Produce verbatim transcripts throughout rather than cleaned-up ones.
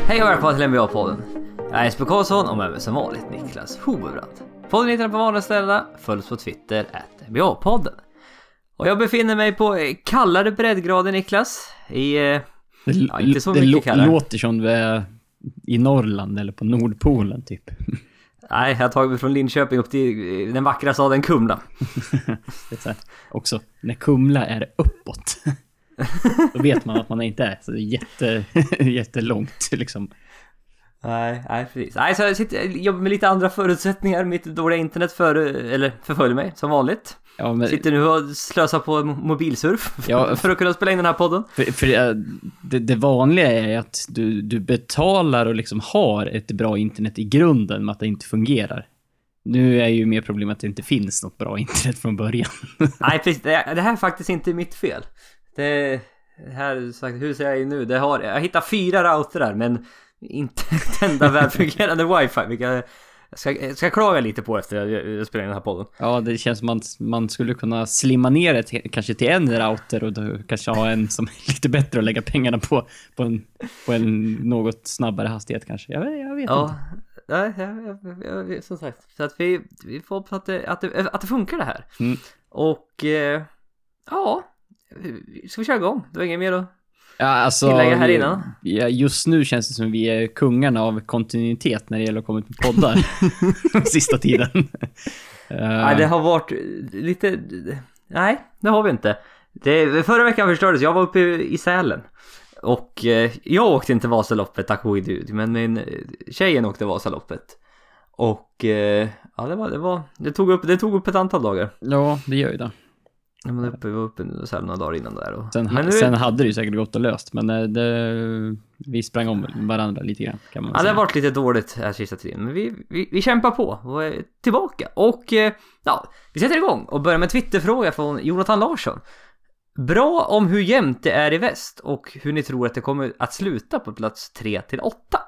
Hej och välkomna till N B A-podden. Jag är Jesper Karlsson och med mig som vanligt Niklas Hovebrant. Podden hittar på vanliga ställen, följs på Twitter at N B A-podden. Och jag befinner mig på kallare breddgrader, Niklas. I, ja, inte så det mycket kallare. Det låter som vi är i Norrland eller på Nordpolen typ. Nej, jag har tagit mig från Linköping upp till den vackra staden Kumla. Det är så här, också, när Kumla är uppåt, då vet man att man inte är. Så det är jätte, jättelångt liksom. Nej, nej, precis. Nej, så jag sitter, jag jobbar med lite andra förutsättningar. Mitt dåliga internet för, eller förföljer mig som vanligt. Ja, men, sitter nu och slösar på mobilsurf ja, för att kunna spela in den här podden. För, för det, det vanliga är att du, du betalar och liksom har ett bra internet i grunden med att det inte fungerar. Nu är ju mer problemet att det inte finns något bra internet från början. Nej, precis. Det, det här är faktiskt inte mitt fel. Det här, sagt, hur säger jag nu? Det har, jag hittar fyra routrar men inte ett enda välfungerande wifi. Vilka jag ska, jag ska klaga lite på efter att jag spelar in den här podden. Ja, det känns som att man, man skulle kunna slimma ner det till, kanske till en router och då kanske ha en som är lite bättre att lägga pengarna på, på, en, på en något snabbare hastighet kanske. Jag, jag vet ja, inte. Ja, ja, ja, ja, som sagt. Så att vi, vi får hoppas att det, att, det, att det funkar det här. Mm. Och eh, ja, ska vi köra igång? Det var inget mer att ja, alltså, tillägga här innan. Ja, just nu känns det som vi är kungarna av kontinuitet när det gäller att komma ut på poddar sista tiden. Nej, det har varit lite... Nej, det har vi inte. Det, förra veckan förstördes. Jag var uppe i, i Sälen. Och eh, jag åkte inte Vasaloppet, tack och gud. Men min tjejen åkte Vasaloppet. Och eh, ja, det var... Det, var det, tog upp, det tog upp ett antal dagar. Ja, det gör ju det. Ja, men uppe, vi var uppe i Sälen några dagar innan där. Och, sen, men nu, sen hade det ju säkert gått och löst. Men det, det, vi sprang om varandra lite grann, kan man ja, säga. det har varit lite dåligt här sista tiden. Men vi, vi, vi kämpar på och är tillbaka. Och eh, ja, vi sätter igång och börjar med en Twitterfråga från Jonathan Larsson. Bra om hur jämnt det är i väst och hur ni tror att det kommer att sluta på plats tre till åtta.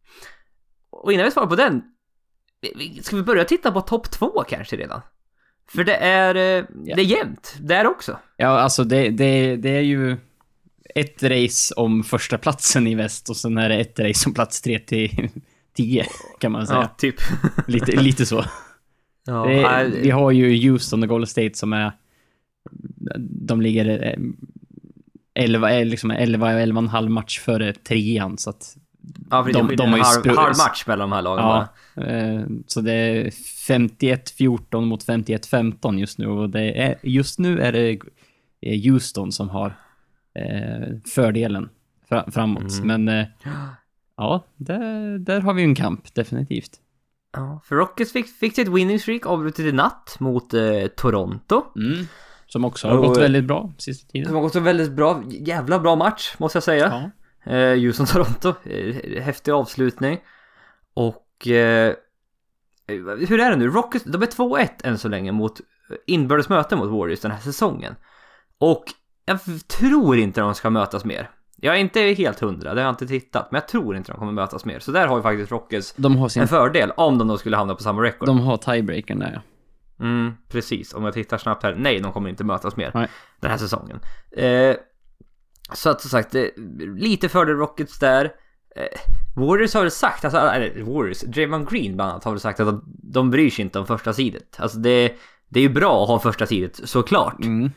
Och innan vi svarar på den, ska vi börja titta på topp två kanske redan? För det är, ja. det är jämnt där också. Ja, alltså det, det, det är ju ett race om första platsen i väst och sen är det ett race om plats tre till tio, kan man säga. Ja, typ. lite, lite så. Ja, det är, vi har ju Houston och Golden State som är, de ligger elva, liksom elva, elva och en halv match före trean, så att ja, för de, det de har ju halv, spru- halv match mellan de här lagen. Ja, eh, så det är femtioett fjorton mot femtioett femton just nu, och det är, just nu är det Houston som har eh, fördelen fra, framåt. Mm. Men eh, ja, där, där har vi ju en kamp, definitivt. Ja, för Rockets fick, fick sig ett winning streak avbrutet i natt mot eh, Toronto. Mm. Som också har och, gått väldigt bra sista tiden. Som har gått så väldigt bra, jävla bra match måste jag säga. Ja. Eh, Houston-Toronto, eh, häftig avslutning. Och eh, hur är det nu? Rockets, de är två ett än så länge mot inbördes möte mot Warriors den här säsongen. Och jag tror inte de ska mötas mer. Jag är inte helt hundra, det har jag inte tittat. Men jag tror inte de kommer mötas mer. Så där har ju faktiskt Rockets de har sin... en fördel om de då skulle hamna på samma record. De har tiebreakern där, ja. Mm, precis. Om jag tittar snabbt här. Nej, de kommer inte mötas mer. Nej. Den här säsongen. Eh, så att så sagt, eh, lite fördel Rockets där. Eh, Warriors har väl sagt, alltså, eller Warriors, Draymond Green bland annat har väl sagt att de, de bryr sig inte om första sidet. Alltså det, det är ju bra att ha första sidet, såklart. Mm.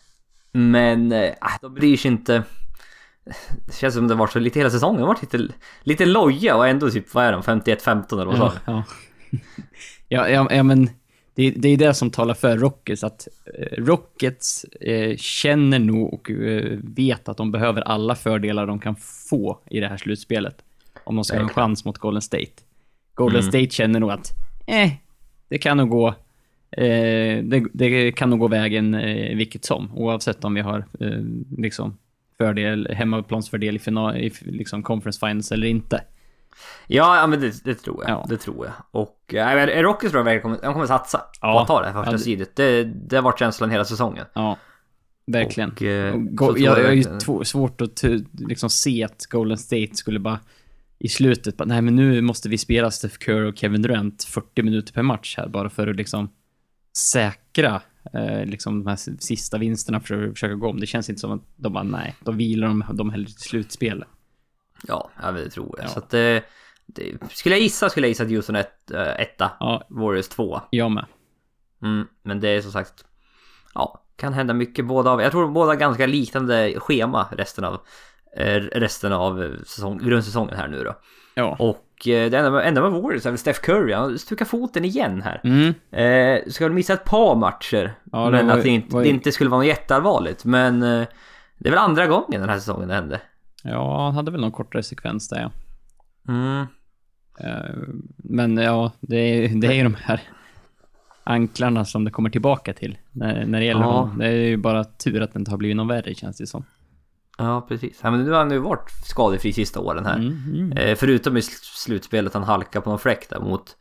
Men eh, de bryr sig inte. Det känns som det var så lite hela säsongen. Det var lite, lite loja och ändå typ, vad är de, femtioett femton eller vad ja, så. ja. ja, ja, ja, men det, det är det som talar för Rockets, att eh, Rockets eh, känner nog och eh, vet att de behöver alla fördelar de kan få i det här slutspelet om de ska ha en chans mot Golden State. Golden mm. State känner nog att eh, det kan nog gå eh, det, det kan nog gå vägen eh, vilket som, oavsett om vi har eh, liksom fördel, hemmaplansfördel i, final, i liksom conference finals eller inte. Ja, ja men det, det tror jag. Ja. Det tror jag. Och äh, är Rockets bra väg kommer, de kommer satsa ja. på att ta det här första ja, det... sidet. Det, det har varit känslan hela säsongen. Ja, verkligen. Och, äh, och, jag har ju t- svårt att t- liksom se att Golden State skulle bara i slutet bara, nej men nu måste vi spela Steph Curry och Kevin Durant fyrtio minuter per match här bara för att liksom säkra eh, liksom de här sista vinsterna för att försöka gå om. Det känns inte som att de bara, nej, de vilar de, de hellre till slutspelet. Ja, jag vill tro det. Ja. Så att det, det, skulle jag gissa skulle jag gissa att Houston ett, äh, etta, Ja. Warriors två. Jag med. Mm, men det är som sagt, ja, kan hända mycket båda av. Jag tror båda har ganska liknande schema resten av eh, resten av säsong, grundsäsongen här nu då. Ja. Och eh, det enda med, enda med Warriors är väl Steph Curry, han stukar foten igen här. Mm. Eh, ska väl missa ett par matcher, Ja, det men var- att det inte, var- det inte skulle vara något jätteallvarligt. Men eh, det är väl andra gången den här säsongen det hände. Ja, han hade väl någon kortare sekvens där, ja. Mm. Eh, Men ja, det är, det är ju de här anklarna som det kommer tillbaka till när, när det gäller Ja. honom. Det är ju bara tur att det inte har blivit någon värre, känns det som. Ja, precis. Ja, men nu har han ju varit skadefri sista åren här. Mm, mm. Eh, förutom i sl- slutspelet han halkar på någon fläck där mot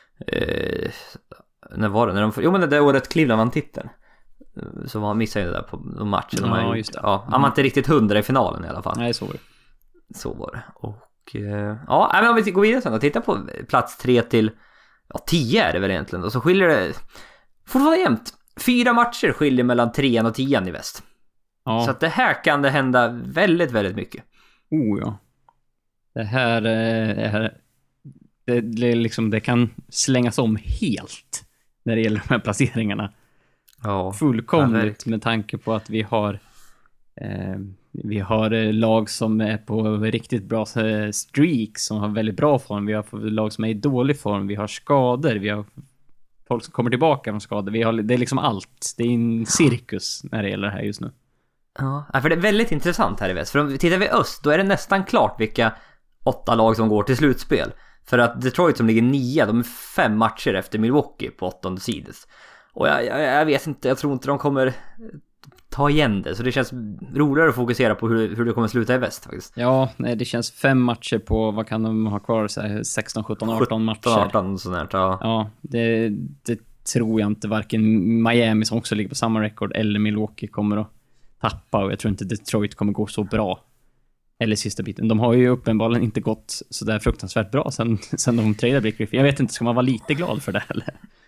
eh, när var det? När de, jo men det där året Cleveland vann titeln. Eh, Så han missade ju det där på någon match. Ja, de har gjort. just det. Ja, han var inte riktigt hundra i finalen i alla fall. Nej, så var det. Så var det. Och eh, ja, men om vi går vidare sen och tittar på plats tre till ja, tio är det väl egentligen. Och så skiljer det fortfarande jämnt. Fyra matcher skiljer mellan trean och tian i väst. Ja. Så att det här kan det hända väldigt, väldigt mycket. Oh ja. Det här eh, är... Det, det, liksom, det kan slängas om helt när det gäller de här placeringarna. Ja, Fullkomligt med tanke på att vi har eh, vi har eh, lag som är på riktigt bra eh, streaks, som har väldigt bra form. Vi har lag som är i dålig form. Vi har skador. Vi har folk som kommer tillbaka från skador. Vi har, det är liksom allt. Det är en cirkus när det gäller det här just nu. Ja, för det är väldigt intressant här i väst. För om vi tittar vi öst, då är det nästan klart vilka åtta lag som går till slutspel. För att Detroit som ligger nia, de är fem matcher efter Milwaukee på åttonde sides. Och jag, jag, jag vet inte, jag tror inte de kommer ta igen det. Så det känns roligare att fokusera på hur, hur det kommer sluta i väst faktiskt. Ja, nej, det känns fem matcher på, vad kan de ha kvar? Så här, sexton, sjutton, arton matcher. arton sånt här, ja. Ja, det, det tror jag inte varken Miami som också ligger på samma rekord eller Milwaukee kommer att tappa, och jag tror inte Detroit kommer gå så bra. Eller sista biten. De har ju uppenbarligen inte gått så där fruktansvärt bra sen, sen de tradade Blake Griffin. Jag vet inte, ska man vara lite glad för det eller?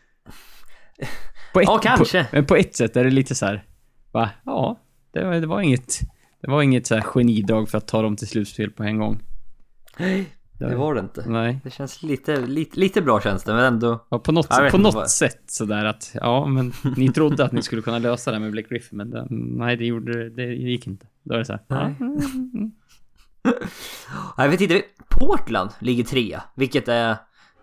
På ett, Ja, kanske. På, på ett sätt är det lite så här, va? Ja, det var, det var inget det var inget så här genidrag för att ta dem till slutspel på en gång. Nej, det var det inte. Nej. Det känns lite, lite, lite bra känns det, men ändå... Ja, på något, Jag vet på inte något vad- sätt sådär att, ja, men ni trodde att ni skulle kunna lösa det med Blake Griffin, men det, nej, det gjorde det gick inte. Då är det så här. Nej. Ja. Jag vet inte, Portland ligger trea, vilket är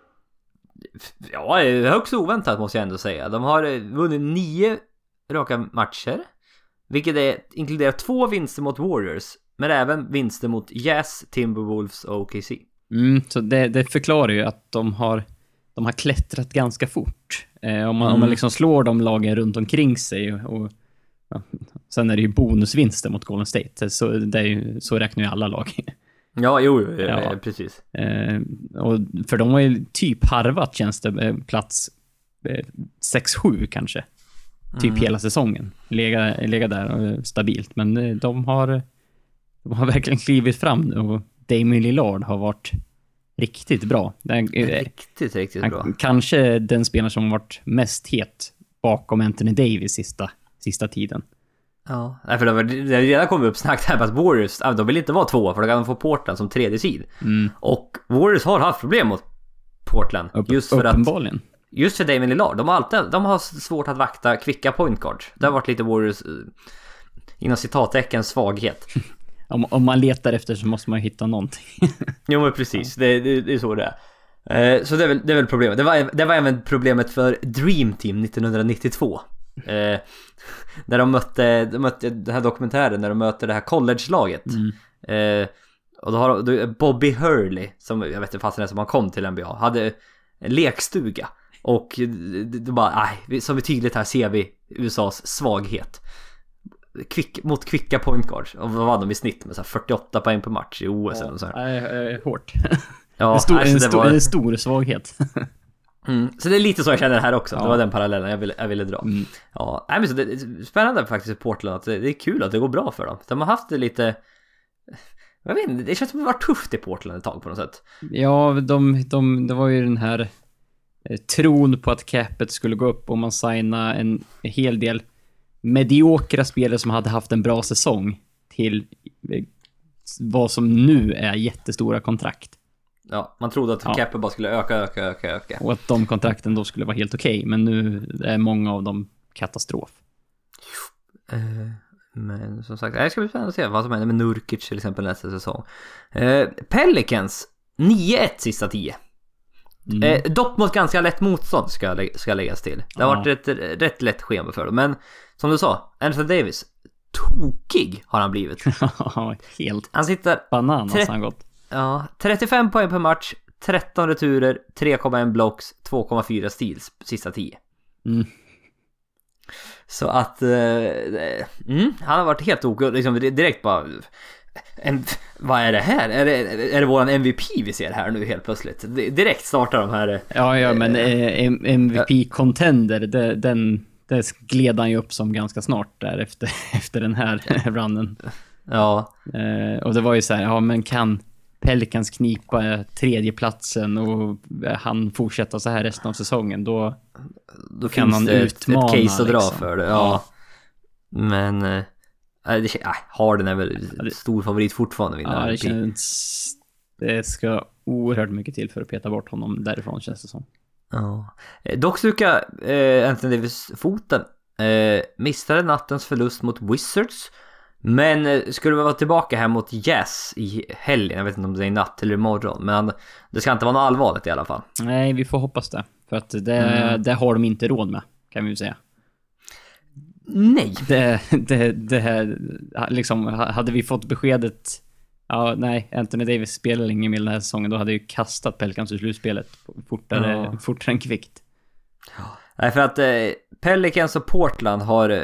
ja, är högst oväntat måste jag ändå säga. De har eh, vunnit nio raka matcher, vilket är, inkluderar två vinster mot Warriors, men även vinster mot Jazz, Timberwolves och O K C. Mm, så det, det förklarar ju att de har de har klättrat ganska fort. Eh, om, man, Mm. om man liksom slår de lagen runt omkring sig och, och ja, sen är det ju bonusvinster mot Golden State. Så, det är ju, så räknar ju alla lag. Ja, jo, jo, Ja. ja. precis. Eh, och för de har ju typ harvat, känns det, eh, plats eh, sex sju kanske. Typ Mm. hela säsongen. Lega, lega där eh, stabilt. Men eh, de har de har verkligen klivit fram nu, och Damian Lillard har varit riktigt bra. Den, eh, Riktigt, riktigt bra. han, kanske den spelare som har varit mest het bakom Anthony Davis sista, sista tiden. Ja, nej, för det har det har redan kommit upp snack här på att Warriors, ja, de vill inte vara två, för då kan de få Portland som tredje sid. Mm. Och Warriors har haft problem mot Portland. Upp, just för att uppenbarligen. Just för Damian Lillard, de har alltid de har svårt att vakta kvicka point guards. Det har varit lite Warriors eh, inom citattecken svaghet. Om, om man letar efter så måste man ju hitta någonting. Jo men precis, det, det, det är så det är. Eh, så det är, väl, det är väl problemet. Det var, det var även problemet för Dream Team nittonhundranittiotvå. Eh, när de mötte, de mötte den här dokumentären när de mötte det här college-laget. Mm. Eh, och då har då, Bobby Hurley, som jag vet inte fast som han kom till N B A, hade en lekstuga. Och det, det bara, nej, som vi tydligt här ser vi U S A's svaghet. Kvick, mot kvicka point guards. Och vad var de i snitt med så här fyrtioåtta poäng per match i O S Ja, eller så här. nej, eh, hårt. Ja, en, stor, alltså, en, det stor, var... en stor svaghet. Mm, så det är lite så jag känner här också. Ja. Det var den parallellen jag ville, jag ville dra. Mm. Ja, nej, men så det är spännande faktiskt i Portland att det, det är kul att det går bra för dem. De har haft det lite, jag vet inte, det känns som att det var tufft i Portland ett tag på något sätt. Ja, de, de, det var ju den här eh, tron på att capet skulle gå upp, och man signade en hel del mediokra spelare som hade haft en bra säsong till eh, vad som nu är jättestora kontrakt. Ja, man trodde att Ja. capen bara skulle öka, öka, öka, öka. Och att de kontrakten då skulle vara helt okej. Men nu är många av dem katastrof. Eh, men som sagt, det ska bli spännande att se vad som händer med Nurkic till exempel nästa säsong. Eh, Pelicans nio ett sista tio. Mm. Eh, dock mot ganska lätt motstånd ska, lä- ska läggas till. Det har Ja. varit ett rätt lätt schema för dem. Men som du sa, Anthony Davis, tokig har han blivit. Helt Han sitter bananas Tre- har han gått. ja, trettiofem poäng per match, tretton returer, tre komma en blocks, två komma fyra steals sista tio. Mm. Så att eh, mm, han har varit helt ok, liksom direkt bara en, vad är det här? Är det, är det våran M V P vi ser här nu helt plötsligt? Direkt startar de här. Ja, ja, men eh, M V P-contender, det, den, det gled han ju upp som ganska snart där efter, efter den här runnen. Ja. Eh, och det var ju så här, ja men kan Pelicans knipa tredjeplatsen och han fortsätta så här resten av säsongen, då, Då kan finns han det ett, utmana, ett case att dra liksom. för det. Ja. Ja. Men äh, det, äh, Harden är väl stor favorit fortfarande att vinna Ja, det M V P. känns, det ska oerhört mycket till för att peta bort honom därifrån, känns det som. Ja. Eh, Dock stukar eh, Anthony Davis foten. Eh, missade nattens förlust mot Wizards. Men eh, skulle vara tillbaka här mot Jazz i helgen. Jag vet inte om det är i natt eller imorgon. Men det ska inte vara något allvarligt i alla fall. Nej, vi får hoppas det. För att det, Mm. det har de inte råd med, kan vi ju säga. Nej. Det, det, det här, liksom, hade vi fått beskedet, ja, nej, Anthony Davis spelar länge med den här säsongen, då hade ju kastat Pelicans ur slutspelet fortare, Ja. fortare än kvickt. Nej, för att eh, Pelicans och Portland har eh,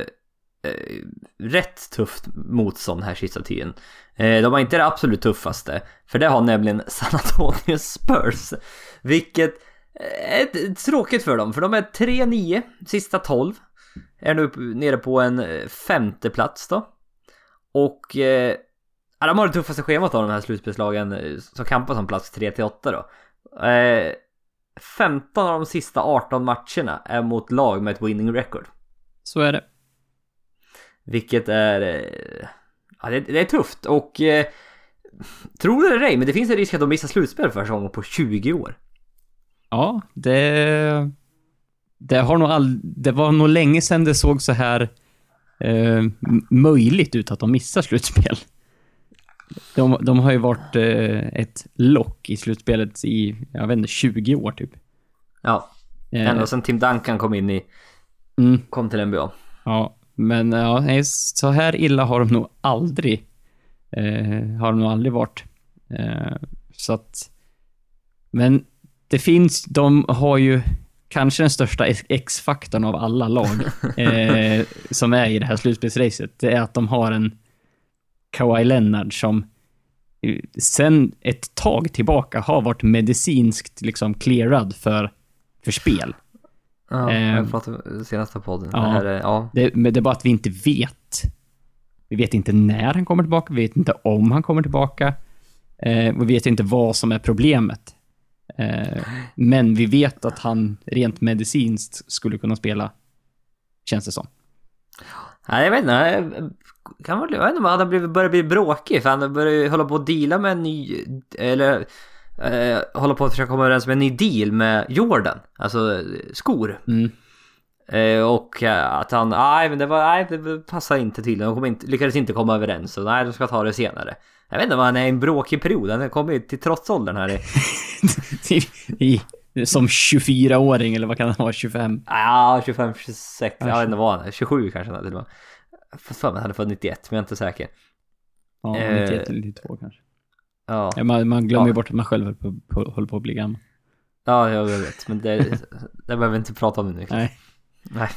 rätt tufft motstånd här sista tiden. Eh, de har inte det absolut tuffaste, för det har nämligen San Antonio Spurs, vilket är tråkigt för dem, för de är tre nio sista tolv, är nu nere på en femte plats då. Och eh, ja, de har det tuffaste schemat av de här slutspelslagen eh, som kampas om plats tre till åtta då. Eh, femton av de sista arton matcherna är mot lag med ett winning record. Så är det. Vilket är eh, ja, det, det är tufft. Och eh, tror det eller ej, men det finns en risk att de missar slutspel för säsongen på tjugo år. Ja, det, det har nog all, det var nog länge sedan det såg så här eh, möjligt ut att de missar slutspel. De, de har ju varit eh, ett lock i slutspelet i, jag vet inte, tjugo år typ. Ja, Eh, ända sen Tim Duncan kom in i mm, kom till N B A. ja, men ja, nej, så här illa har de nog aldrig eh, har de nog aldrig varit. Eh, så att, men det finns, de har ju kanske den största X-faktorn av alla lag eh, som är i det här slutspelsracet. Det är att de har en Kawhi Leonard som eh, sen ett tag tillbaka har varit medicinskt liksom clearad för, för spel. Ja, Eh, jag pratade om senaste podden. ja. Det här är, ja. Det, men det är bara att vi inte vet. Vi vet inte när han kommer tillbaka. Vi vet inte om han kommer tillbaka. Eh, vi vet inte vad som är problemet. Eh, men vi vet att han rent medicinskt skulle kunna spela, känns det som. Nej, jag vet inte. Jag kan vara, jag vet inte om han har blivit, börjat bli bråkig, för han börjar ju hålla på att deala med en ny, eller eh, hålla på att försöka komma överens med en ny deal med Jordan, alltså skor. Mm. Eh, och eh, att han, nej men det var, nej det passar inte till, de kom inte, lyckades inte komma överens, så nej de ska ta det senare. Jag vet inte vad han är i en bråkig period, han kommer ju till trotsåldern här. I, i, som tjugofyraåring, eller vad kan han vara, tjugofem? Ja, tjugofem, tjugosex, jag vet inte vad han är, tjugosju kanske han hade. Fast fan, han hade fått nittioett, men jag är inte säker. Ja, nittioett eller nittiotvå kanske. Ja, Ja, man, man glömmer ju Ja. bort att man själv håller på, på, håller på att bli gammal. ja jag vet, men det, det behöver vi inte prata om nu. Nej. Nej.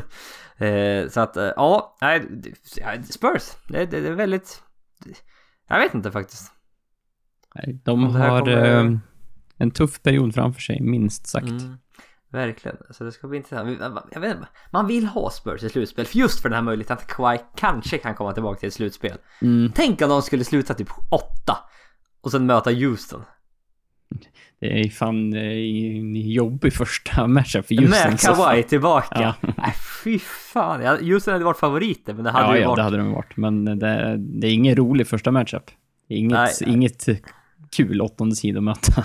eh, så att, eh, ja, nej, Spurs, det, det, det är väldigt, jag vet inte faktiskt. Nej, de Och det här har kommer- eh, en tuff period framför sig, minst sagt. Mm, verkligen, så det ska bli intressant. Jag vet inte, man vill ha Spurs i slutspel, för just för den här möjligheten att Kawhi kanske kan komma tillbaka till ett slutspel. Mm. Tänk om de skulle sluta typ åtta och sen möta Houston. Det är fan eh, en jobbig första matchup för Houston. Med så Kawhi fan- tillbaka. Ja. Nej, fy fan. Ja, Houston hade varit favoriter, men det hade Ja, ju ja, varit... det hade de varit. Men det, det är ingen rolig första matchup. Inget, nej, nej. inget kul åttonde sida att möta.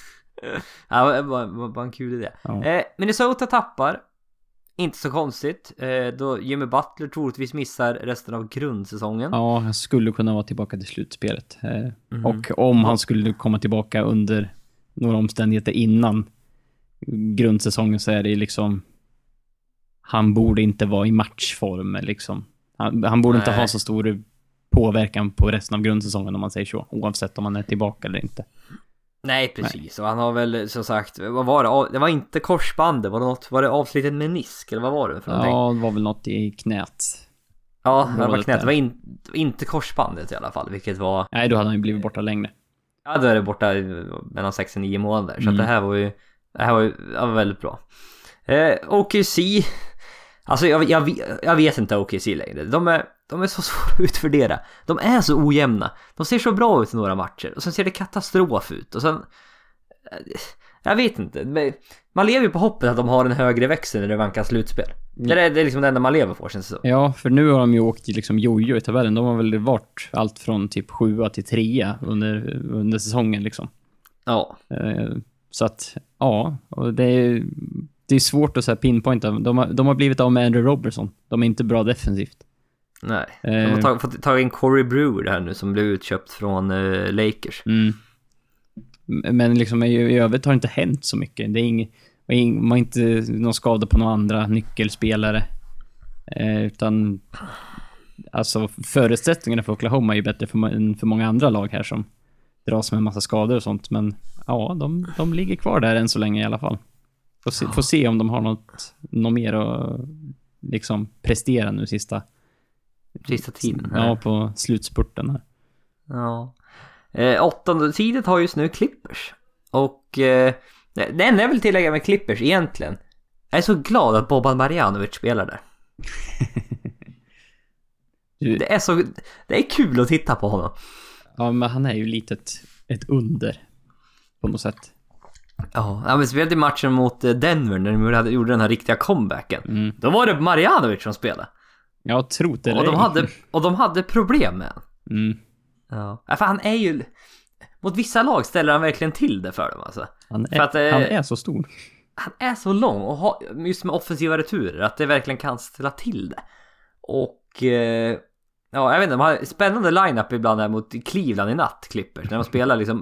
Ja, det var, var, var en kul idé. Ja. Eh, Minnesota tappar. Inte så konstigt. Eh, då Jimmy Butler troligtvis missar resten av grundsäsongen. Ja, han skulle kunna vara tillbaka till slutspelet. Eh, Mm. Och om han skulle komma tillbaka under några omständigheter innan grundsäsongen så är det liksom... Han borde inte vara i matchform liksom. Han, han borde Nej. inte ha så stor påverkan på resten av grundsäsongen om man säger så. Oavsett om han är tillbaka eller inte. Nej, precis. Nej. Och han har väl som sagt, vad var det? Det var inte korsbandet, var det något? Var det avslitet menisk eller vad var det för någonting? Ja, det var väl något i knät. Ja, det var knät. Det var, in, det var inte korsbandet i alla fall, vilket var... Nej, då hade han ju blivit borta längre. Ja, då är det borta mellan sex och nio månader. Så mm. att det här var ju, det här var ju ja, väldigt bra. Eh, O K C... Alltså jag, jag, jag vet inte O K C längre. De är, de är så svåra att utvärdera. De är så ojämna. De ser så bra ut i några matcher. Och sen ser det katastrof ut. Och sen... Jag vet inte. Man lever ju på hoppet att de har en högre växel när det vankas slutspel. Mm. Det, är, det är liksom det enda man lever på, känns det så. Ja, för nu har de ju åkt liksom jojo i tabellen. De har väl varit allt från typ sjua till trea under, under säsongen liksom. Ja. Så att, ja. Och det är... Det är svårt att så här pinpointa. De har, de har blivit av med Andrew Robertson. De är inte bra defensivt. Nej. De har tagit, fått ta in Corey Brewer här nu som blev utköpt från uh, Lakers. Mm. Men liksom i, i övrigt har det inte hänt så mycket. Det är ing, man har inte någon skada på några andra nyckelspelare. Eh, utan alltså förutsättningarna för Oklahoma är ju bättre för, än för många andra lag här som dras med en massa skador och sånt. Men ja, de, de ligger kvar där än så länge i alla fall. Får se, får se om de har något, något mer att liksom prestera nu sista sista tiden. Ja, på slutspurten här. Ja. Eh, åttonde sidet har just nu Clippers. Och eh, det enda jag vill tillägga med Clippers egentligen. Jag är så glad att Boban Marjanovic spelar där. du... Det är så det är kul att titta på honom. Ja, men han är ju lite ett, ett under på något sätt. Ja, han spelade i matchen mot Denver när de gjorde den här riktiga comebacken. Mm. Då var det Marjanovic som spelade. Jag tror det. Och de hade och de hade problem med. Mm. Ja. För han är ju mot vissa lag ställer han verkligen till det för dem alltså. Han är, för att, han är så stor. Han är så lång och har, just med offensiva returer att det verkligen kan ställa till det. Och eh, ja, jag vet inte, de har spännande lineup ibland här mot Cleveland i natt, Clippers, när de spelar liksom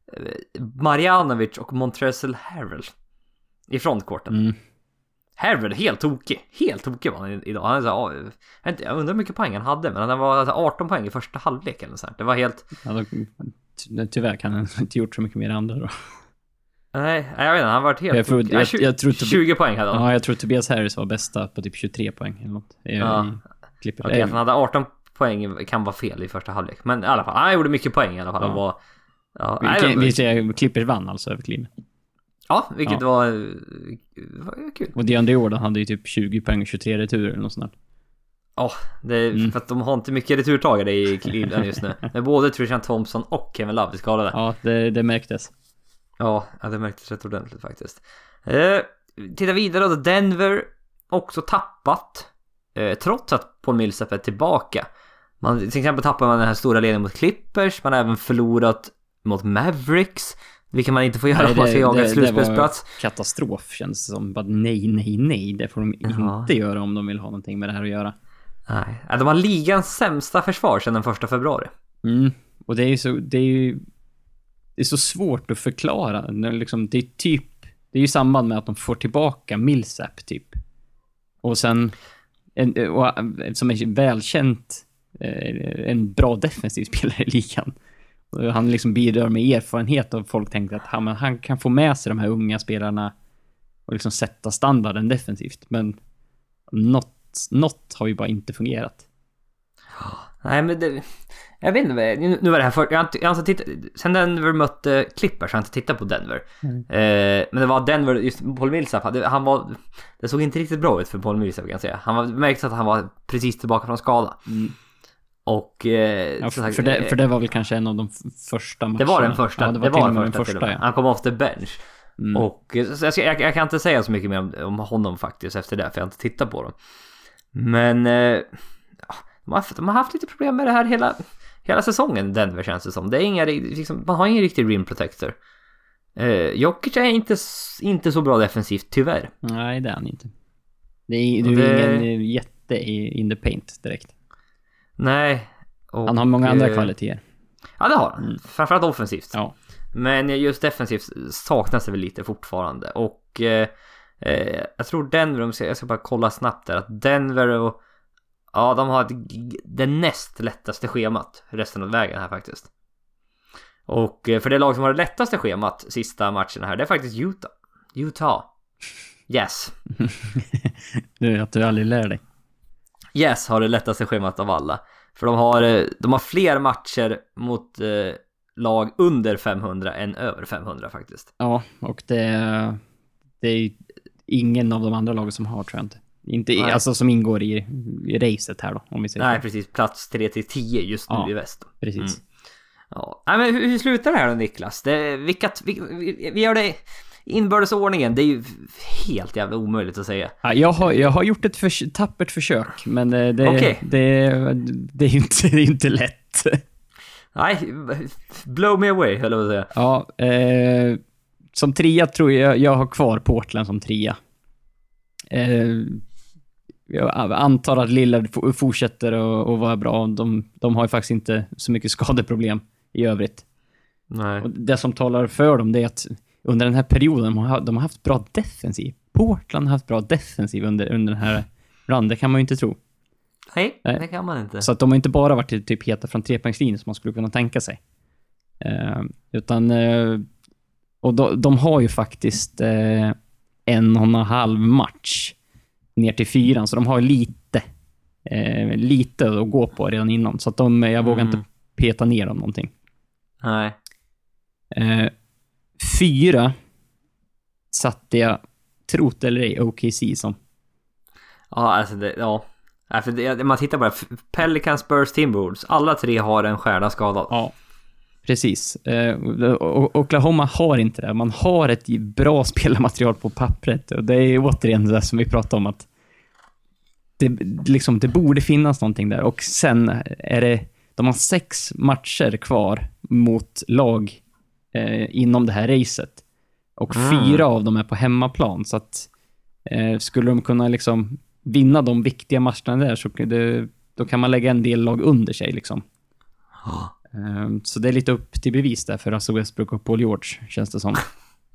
Marjanovic och Montrezl Harrell i frontkorten. Mm. Harrell är helt tokig. Helt tokig var han idag. Han är så, jag, inte, jag undrar hur mycket poäng han hade, men han var alltså arton poäng i första halvlek eller så här. Det var helt... Ja, då, ty- tyvärr kan han inte gjort så mycket mer andra då. Nej, jag vet inte, han har varit helt... Jag, tror, jag, jag, jag tror Tobi- tjugo poäng hade han. Ja, jag tror Tobias Harris var bästa på typ tjugotre poäng eller något. I, ja. i Okej, okay, han hade arton poäng kan vara fel i första halvlek. Men i alla fall, han gjorde mycket poäng i alla fall. Ja. Var, ja, vi, nej, vi säger Clippers vann alltså över Cleveland. Ja, vilket ja. Var, var kul. Och DeAndre Jordan hade ju typ tjugo poäng och tjugotre returer eller något sånt där. Ja, det mm. för att de har inte mycket returtagare i Cleveland just nu. Men både Trishan Thompson och Kevin Love är skadade. Ja, det, det märktes. Ja, ja, det märktes rätt ordentligt faktiskt. Eh, titta vidare då, Denver också tappat. Eh, trots att Paul Millsap är tillbaka. Man, till exempel tappar man den här stora ledningen mot Clippers. Man har även förlorat mot Mavericks. Vilket man inte får göra om man ska jaga slutspelsplats. Katastrof känns det som. Bara nej, nej, nej. Det får de ja. inte göra om de vill ha någonting med det här att göra. Nej, de har ligans sämsta försvar sedan den första februari. Mm. Och det är ju så, det är ju det är så svårt att förklara. Liksom, det är typ, det är ju samband med att de får tillbaka Millsap typ. Och sen en, och, som är välkänt en bra defensiv spelare i ligan. Han liksom bidrar med erfarenhet och folk tänkte att han, han kan få med sig de här unga spelarna och liksom sätta standarden defensivt. Men något, något har ju bara inte fungerat. Nej, men det, jag vet inte, nu, nu var det här för, jag har inte, jag har inte tittat, sen Denver mötte Clippers så har jag inte tittat på Denver. Mm. Eh, men det var Denver, just Paul Millsap, det, han var, det såg inte riktigt bra ut för Paul Millsap kan jag säga. Han var, märkte att han var precis tillbaka från skada. Mm. Och eh, ja, för, för, det, för det var väl kanske en av de f- första matcherna. Det var den första. Ja, det var, det var den första, första ja. Han kom off the bench. Mm. Och så jag, jag, jag kan inte säga så mycket mer om, om honom faktiskt efter det, för jag har inte tittat på dem. Men eh, de, har, de har haft lite problem med det här hela hela säsongen Denver känns det som. Det är inga, liksom, man har ingen riktig rim protector. Eh, Jokic är inte, inte så bra defensivt, tyvärr. Nej, det är han inte. Det är, det är det... ingen jätte in the paint direkt. Nej. Och, han har många andra kvaliteter. Ja, det har han. Mm. Framförallt offensivt. Ja. Men just defensivt saknas det väl lite fortfarande. Och eh, eh, jag tror Denver, jag ska bara kolla snabbt där, att Denver och ja, de har ett, det näst lättaste schemat resten av vägen här faktiskt. Och eh, för det lag som har det lättaste schemat sista matchen här, det är faktiskt Utah. Utah. Yes. Du, att du aldrig lär dig. Yes har det lättaste schemat av alla. För de har, de har fler matcher mot eh, lag under femhundra än över femhundra faktiskt. Ja, och det, det är ingen av de andra lagen som har, tror jag inte. Inte i, alltså som ingår i, i racet här då, om vi säger. Nej, så. Precis. Plats tre till tio just nu ja, i väst. Precis. Mm. Ja. Nej, men hur, hur slutar det här då, Niklas? Det, vilka, vi, vi, vi gör det inbördesordningen. Det är ju helt jävla omöjligt att säga. Ja, jag, har, jag har gjort ett för, tappert försök, men det, det, okay. det, det, är ju inte, det är inte lätt. Nej, blow me away, höll jag på att säga. Ja, eh, som trea tror jag jag har kvar Portland som trea. Eh, jag antar att Lillard fortsätter att, att vara bra. De, de har ju faktiskt inte så mycket skadeproblem i övrigt. Nej. Och det som talar för dem, det är att under den här perioden de har, de har haft bra defensiv. Portland har haft bra defensiv under, under den här run. Det kan man ju inte tro. Nej, Nej, det kan man inte. Så att de har inte bara varit typ heta från trepoängslinjen som man skulle kunna tänka sig. Eh, utan eh, och de, de har ju faktiskt eh, en och en halv match ner till fyran, så de har lite eh, lite att gå på redan innan, så att de, jag vågar mm. inte peta ner dem någonting. Nej. Eh, fyra satte jag, trot eller ej, O K C som. Ja, alltså det, ja. För det, man tittar bara, Pelicans, Spurs, Timberwolves, alla tre har en stjärna skadad. Ja, precis. Eh, och Oklahoma har inte det. Man har ett bra spelarmaterial på pappret, och det är återigen det som vi pratade om, att det, liksom, det borde finnas någonting där. Och sen är det, de har sex matcher kvar mot lag eh, inom det här racet, och mm. fyra av dem är på hemmaplan, så att eh, skulle de kunna liksom vinna de viktiga matcherna där, så det, då kan man lägga en del lag under sig liksom. Oh. Um, så det är lite upp till bevis där för Russell Westbrook och Paul George, känns det som.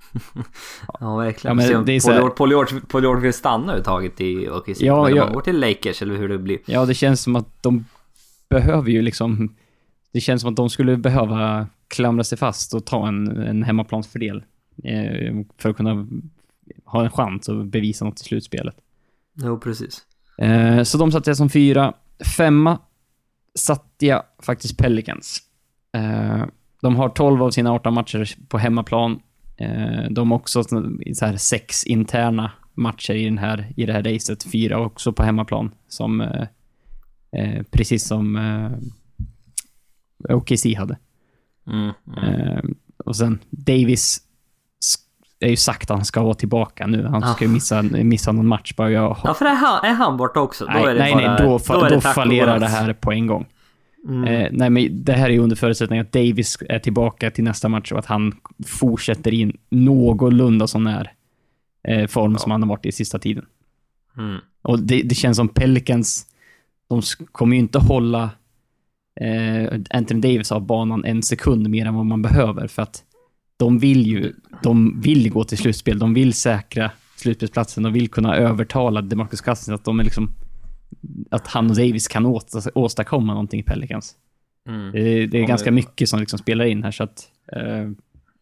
Ja, verkligen. Ja, men det är så här... Paul George, Paul George vill stanna uttaget i O K C. Ja, men ja. man går till Lakers eller hur det blir. Ja, det känns som att de behöver ju liksom, det känns som att de skulle behöva klamra sig fast och ta en, en hemmaplansfördel eh, för att kunna ha en chans att bevisa något i slutspelet. Jo, precis. Eh, så de satte jag som fyra. Femma satte jag faktiskt Pelicans. Eh, de har tolv av sina arton matcher på hemmaplan. Eh, de har också så här sex interna matcher i, den här, i det här racet. Fyra också på hemmaplan. Som, eh, eh, precis som eh, O K C hade. Mm, mm. Eh, och sen Davis är ju sagt att han ska vara tillbaka nu. Han ska ju missa, missa någon match. Bara jag... Ja, för är han, är han borta också? Nej, då är det nej, bara, nej, då, fa- då, då fallerar det här på en gång. Mm. Eh, nej, men det här är ju under förutsättning att Davis är tillbaka till nästa match och att han fortsätter in någorlunda sån här eh, form ja. som han har varit i sista tiden. Mm. Och det, det känns som Pelicans, de kommer ju inte hålla eh, Anthony Davis av banan en sekund mer än vad man behöver, för att de vill ju de vill gå till slutspel, de vill säkra slutspelsplatsen, de vill kunna övertala DeMarcus Cousins att de är liksom, att han och Davis kan åt, åstadkomma någonting i Pelicans. Mm. Det, det är ja, ganska det... mycket som liksom spelar in här, så att eh,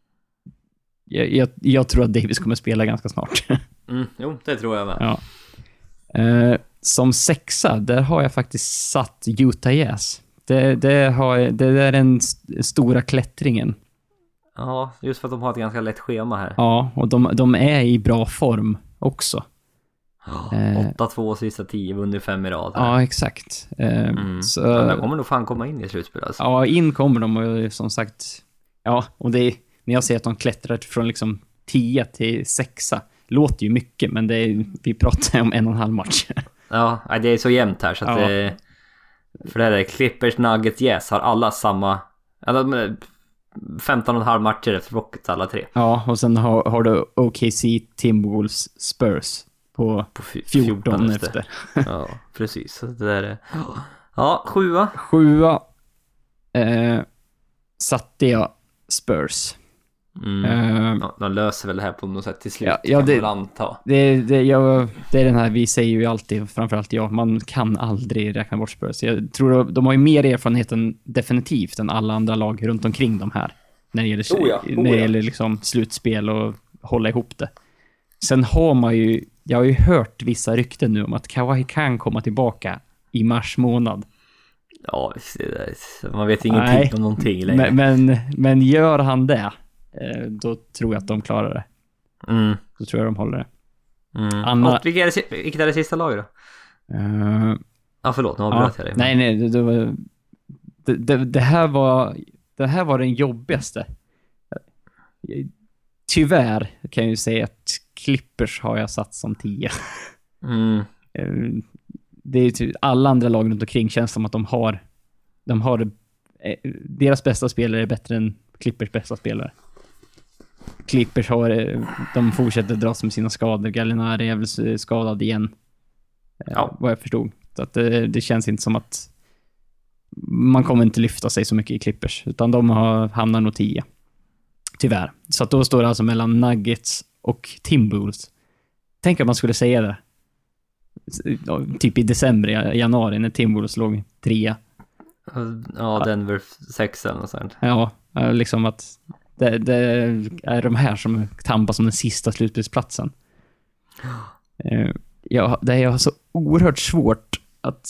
jag, jag, jag tror att Davis kommer spela ganska snart. mm, jo, det tror jag med. Ja. Eh, som sexa, där har jag faktiskt satt Utah Jazz. Det, det, har, det är den st- stora klättringen. Ja, just för att de har ett ganska lätt schema här. Ja, och de, de är i bra form också. Oh, åtta två sista tio, under fem i rad här. Ja, exakt. Eh, mm. så, ja, de kommer nog fan komma in i slutspel alltså. Ja, in kommer de, och som sagt, ja, och det är, när jag säger att de klättrar från liksom tio till sexa, låter ju mycket, men det är, vi pratar om en och en halv match. Ja, det är så jämnt här så att ja. det, För det här är Clippers, Nuggets, Yes har alla samma, eller femton och en halv matcher efter Rockets alla tre. Ja, och sen har, har du O K C, Timberwolves, Spurs på, på fjorton efter. efter. Ja, precis. Så det där är... Ja, sjua. Sjua eh, satte jag Spurs. Mm. Uh, ja, de löser väl det här på något sätt till slut. Ja, ja, det, det, det, jag, det är den här, vi säger ju alltid, framförallt jag, man kan aldrig räkna bort Spurs. Jag tror de har ju mer erfarenhet än, definitivt än alla andra lag runt omkring de här. När det gäller, oh ja, oh när det gäller liksom slutspel och hålla ihop det. Sen har man ju, jag har ju hört vissa rykten nu om att Kawhi kan komma tillbaka i mars månad. Ja, man vet ingenting Nej, om någonting längre. Men, men, men gör han det, då tror jag att de klarar det. Mm. Då tror jag de håller det. Mm. Anna... Och vilket är, det, vilket är det sista laget då? Uh... Ja, förlåt, nu avbröt ja, jag dig. Nej, nej, det, det, var, det, det, det här var det här var den jobbigaste. Tyvärr kan jag ju säga att Clippers har jag satt som tio. Mm. Det är typ, alla andra lag runt omkring känns som att de har de har deras bästa spelare är bättre än Clippers bästa spelare. Clippers har de fortsätter dras med sina skador. Gallinari är väl skadad igen. Ja. Vad jag förstod. Så att det, det känns inte som att man kommer inte lyfta sig så mycket i Clippers, utan de har hamnar nog tio. Tyvärr. Så att då står det alltså mellan Nuggets och Timberwolves. Tänk att man skulle säga det typ i december, i januari, när Timberwolves låg trea. Ja, Denver sex eller något sånt. Ja, liksom att det, det är de här som tampas som den sista slutspelsplatsen. Ja, det är så oerhört svårt att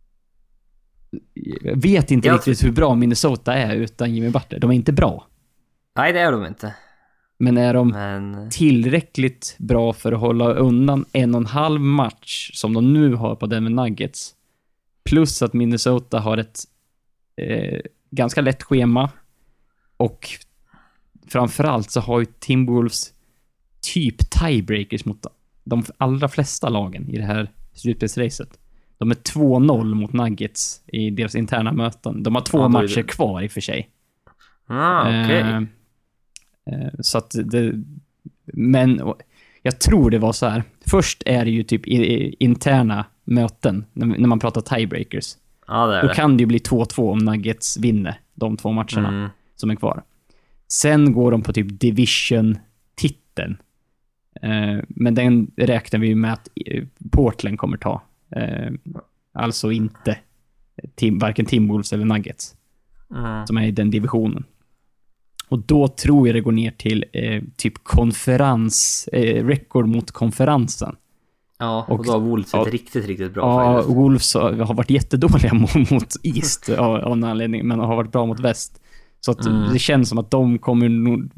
jag vet inte jag riktigt hur bra Minnesota är utan Jimmy Butler. De är inte bra. Nej, det är de inte. Men är de Men... tillräckligt bra för att hålla undan en och en halv match som de nu har på Denver Nuggets? Plus att Minnesota har ett eh, ganska lätt schema. Och framförallt så har ju Timberwolves typ tiebreakers mot de allra flesta lagen i det här slutspelsracet. De är två noll mot Nuggets i deras interna möten. De har två ja, matcher det... kvar i och för sig. Ah, okej. Okay. Eh, eh, så att det... Men jag tror det var så här. Först är det ju typ i, i, interna möten när, när man pratar tiebreakers. Ja, det är Då det. kan det ju bli två två om Nuggets vinner de två matcherna mm. som är kvar. Sen går de på typ division-titeln. Eh, men den räknar vi ju med att Portland kommer ta. Eh, alltså inte tim, varken Timberwolves eller Nuggets mm. som är i den divisionen. Och då tror jag det går ner till eh, typ konferens eh, rekord mot konferensen. Ja, och, och då har Wolves ja, ett riktigt, riktigt bra. Ja, Wolves har varit jättedåliga mot, mot East av, av en anledning, men har varit bra mot Väst. Så att mm. det känns som att de kommer nog,